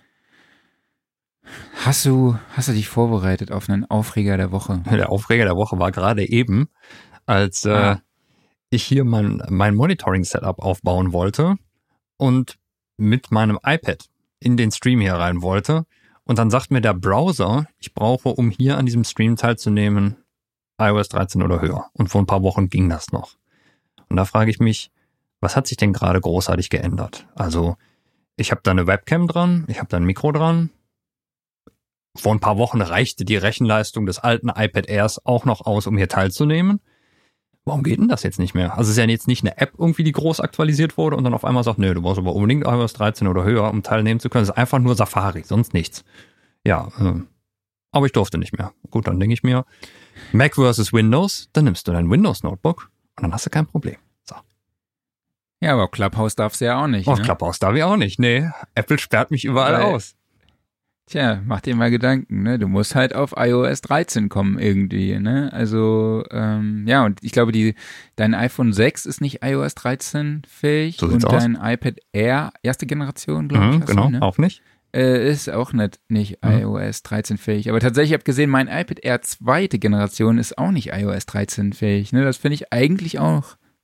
Speaker 1: Hast du dich vorbereitet auf einen Aufreger der Woche?
Speaker 2: Der Aufreger der Woche war gerade eben, als ich hier mein Monitoring-Setup aufbauen wollte und mit meinem iPad in den Stream hier rein wollte. Und dann sagt mir der Browser, ich brauche, um hier an diesem Stream teilzunehmen, iOS 13 oder höher. Und vor ein paar Wochen ging das noch. Und da frage ich mich, was hat sich denn gerade großartig geändert? Also ich habe da eine Webcam dran, ich habe da ein Mikro dran. Vor ein paar Wochen reichte die Rechenleistung des alten iPad Airs auch noch aus, um hier teilzunehmen. Warum geht denn das jetzt nicht mehr? Also es ist ja jetzt nicht eine App irgendwie, die groß aktualisiert wurde und dann auf einmal sagt, nö, du brauchst aber unbedingt iOS 13 oder höher, um teilnehmen zu können. Es ist einfach nur Safari, sonst nichts. Ja, aber ich durfte nicht mehr. Gut, dann denke ich mir, Mac versus Windows, dann nimmst du dein Windows-Notebook und dann hast du kein Problem. So.
Speaker 1: Ja, aber Clubhouse darf's ja auch nicht.
Speaker 2: Ne? Clubhouse darf ich auch nicht. Nee, Apple sperrt mich überall aus.
Speaker 1: Tja, mach dir mal Gedanken, ne? Du musst halt auf iOS 13 kommen irgendwie, ne? Also, ja, und ich glaube, dein iPhone 6 ist nicht iOS 13 fähig
Speaker 2: so
Speaker 1: und dein
Speaker 2: aus.
Speaker 1: iPad Air, erste Generation, glaube ich.
Speaker 2: Genau,
Speaker 1: du, ne?
Speaker 2: Auch nicht.
Speaker 1: Ist auch nicht iOS 13 fähig. Aber tatsächlich, ich habe gesehen, mein iPad Air zweite Generation ist auch nicht iOS 13 fähig, ne? Das finde ich eigentlich auch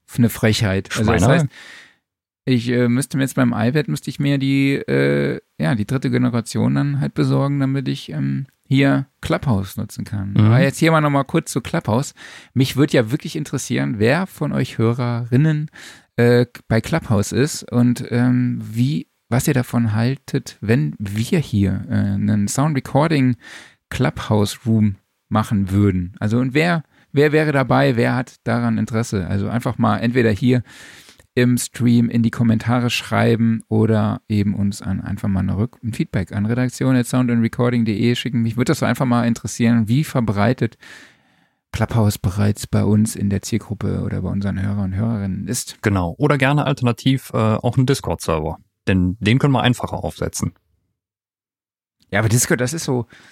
Speaker 1: eine Frechheit. Also das heißt, ich müsste mir jetzt beim iPad mir die 3. Generation dann halt besorgen, damit ich hier Clubhouse nutzen kann. Aber jetzt hier mal nochmal kurz zu Clubhouse. Mich würde ja wirklich interessieren, wer von euch Hörerinnen bei Clubhouse ist und was ihr davon haltet, wenn wir hier einen Sound Recording Clubhouse Room machen würden. Also und wer wäre dabei, wer hat daran Interesse? Also einfach mal entweder hier im Stream in die Kommentare schreiben oder eben uns einfach mal ein Feedback an redaktion@soundandrecording.de schicken. Mich würde das so einfach mal interessieren, wie verbreitet Clubhouse bereits bei uns in der Zielgruppe oder bei unseren Hörern und Hörerinnen ist.
Speaker 2: Genau. Oder gerne alternativ auch einen Discord-Server. Denn den können wir einfacher aufsetzen.
Speaker 1: Ja, aber Discord, das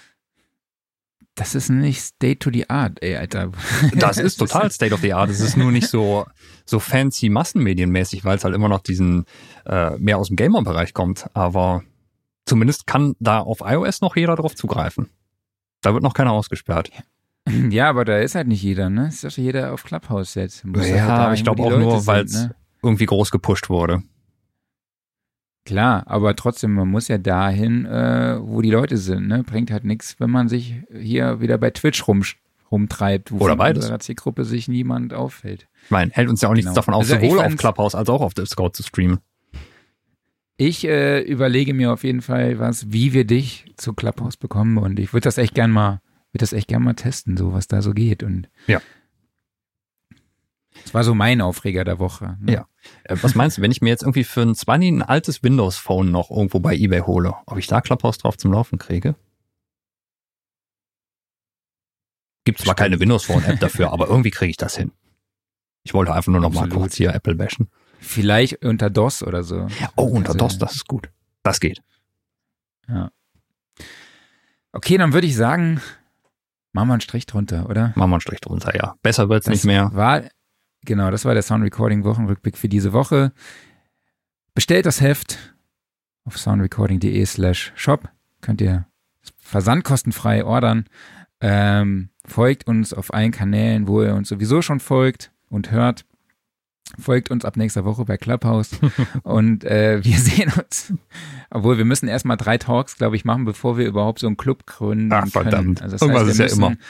Speaker 1: ist nicht State to the Art, ey, Alter.
Speaker 2: Das ist total State of the Art. Es ist nur nicht so fancy massenmedienmäßig, weil es halt immer noch diesen mehr aus dem Gamer-Bereich kommt. Aber zumindest kann da auf iOS noch jeder drauf zugreifen. Da wird noch keiner ausgesperrt.
Speaker 1: Ja, aber da ist halt nicht jeder, ne? Ist doch jeder auf Clubhouse jetzt.
Speaker 2: Ja, ich glaube auch nur, weil es irgendwie groß gepusht wurde.
Speaker 1: Klar, aber trotzdem, man muss ja dahin, wo die Leute sind, ne? Bringt halt nichts, wenn man sich hier wieder bei Twitch rumtreibt, wo
Speaker 2: von
Speaker 1: unserer Zielgruppe sich niemand auffällt.
Speaker 2: Ich meine, hält uns ja auch nichts davon aus, sowohl auf Clubhouse als auch auf Discord zu streamen.
Speaker 1: Ich überlege mir auf jeden Fall wie wir dich zu Clubhouse bekommen und ich würde das echt gern mal testen, so was da so geht und
Speaker 2: ja.
Speaker 1: Das war so mein Aufreger der Woche. Ne?
Speaker 2: Ja. Was meinst du, wenn ich mir jetzt irgendwie für ein 20 ein altes Windows-Phone noch irgendwo bei eBay hole, ob ich da Clubhouse drauf zum Laufen kriege? Gibt zwar keine Windows-Phone-App dafür, aber irgendwie kriege ich das hin. Ich wollte einfach nur noch mal kurz hier Apple bashen.
Speaker 1: Vielleicht unter DOS oder so.
Speaker 2: Oh, unter DOS, das ist gut. Das geht.
Speaker 1: Ja. Okay, dann würde ich sagen, machen wir einen Strich drunter, oder?
Speaker 2: Machen wir einen Strich drunter, ja. Besser wird's nicht mehr.
Speaker 1: Das war der Sound Recording Wochenrückblick für diese Woche. Bestellt das Heft auf soundrecording.de/shop. Könnt ihr versandkostenfrei ordern. Folgt uns auf allen Kanälen, wo ihr uns sowieso schon folgt und hört. Folgt uns ab nächster Woche bei Clubhouse und wir sehen uns. Obwohl, wir müssen erstmal 3 Talks, glaube ich, machen, bevor wir überhaupt so einen Club gründen können.
Speaker 2: Verdammt.
Speaker 1: Also das heißt, wir müssen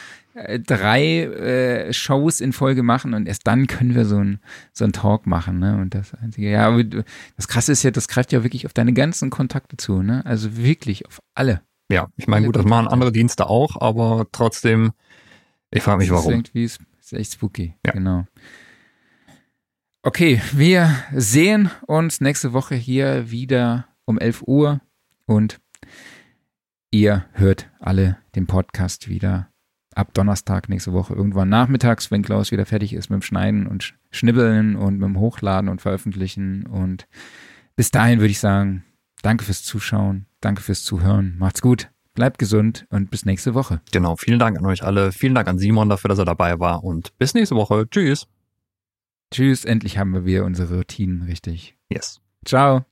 Speaker 1: 3 Shows in Folge machen und erst dann können wir so einen Talk machen. Ne? Und das Einzige, ja, aber das Krasse ist ja, das greift ja wirklich auf deine ganzen Kontakte zu. Ne? Also wirklich auf alle.
Speaker 2: Ja, ich meine, gut, das machen andere Dienste auch, aber trotzdem, ich frage mich, warum.
Speaker 1: Ist echt spooky,
Speaker 2: ja.
Speaker 1: Genau. Okay, wir sehen uns nächste Woche hier wieder um 11 Uhr und ihr hört alle den Podcast wieder ab Donnerstag nächste Woche irgendwann nachmittags, wenn Klaus wieder fertig ist mit dem Schneiden und Schnibbeln und mit dem Hochladen und Veröffentlichen. Und bis dahin würde ich sagen, danke fürs Zuschauen, danke fürs Zuhören, macht's gut, bleibt gesund und bis nächste Woche.
Speaker 2: Genau, vielen Dank an euch alle, vielen Dank an Simon dafür, dass er dabei war und bis nächste Woche. Tschüss.
Speaker 1: Tschüss, endlich haben wir wieder unsere Routinen richtig.
Speaker 2: Yes.
Speaker 1: Ciao.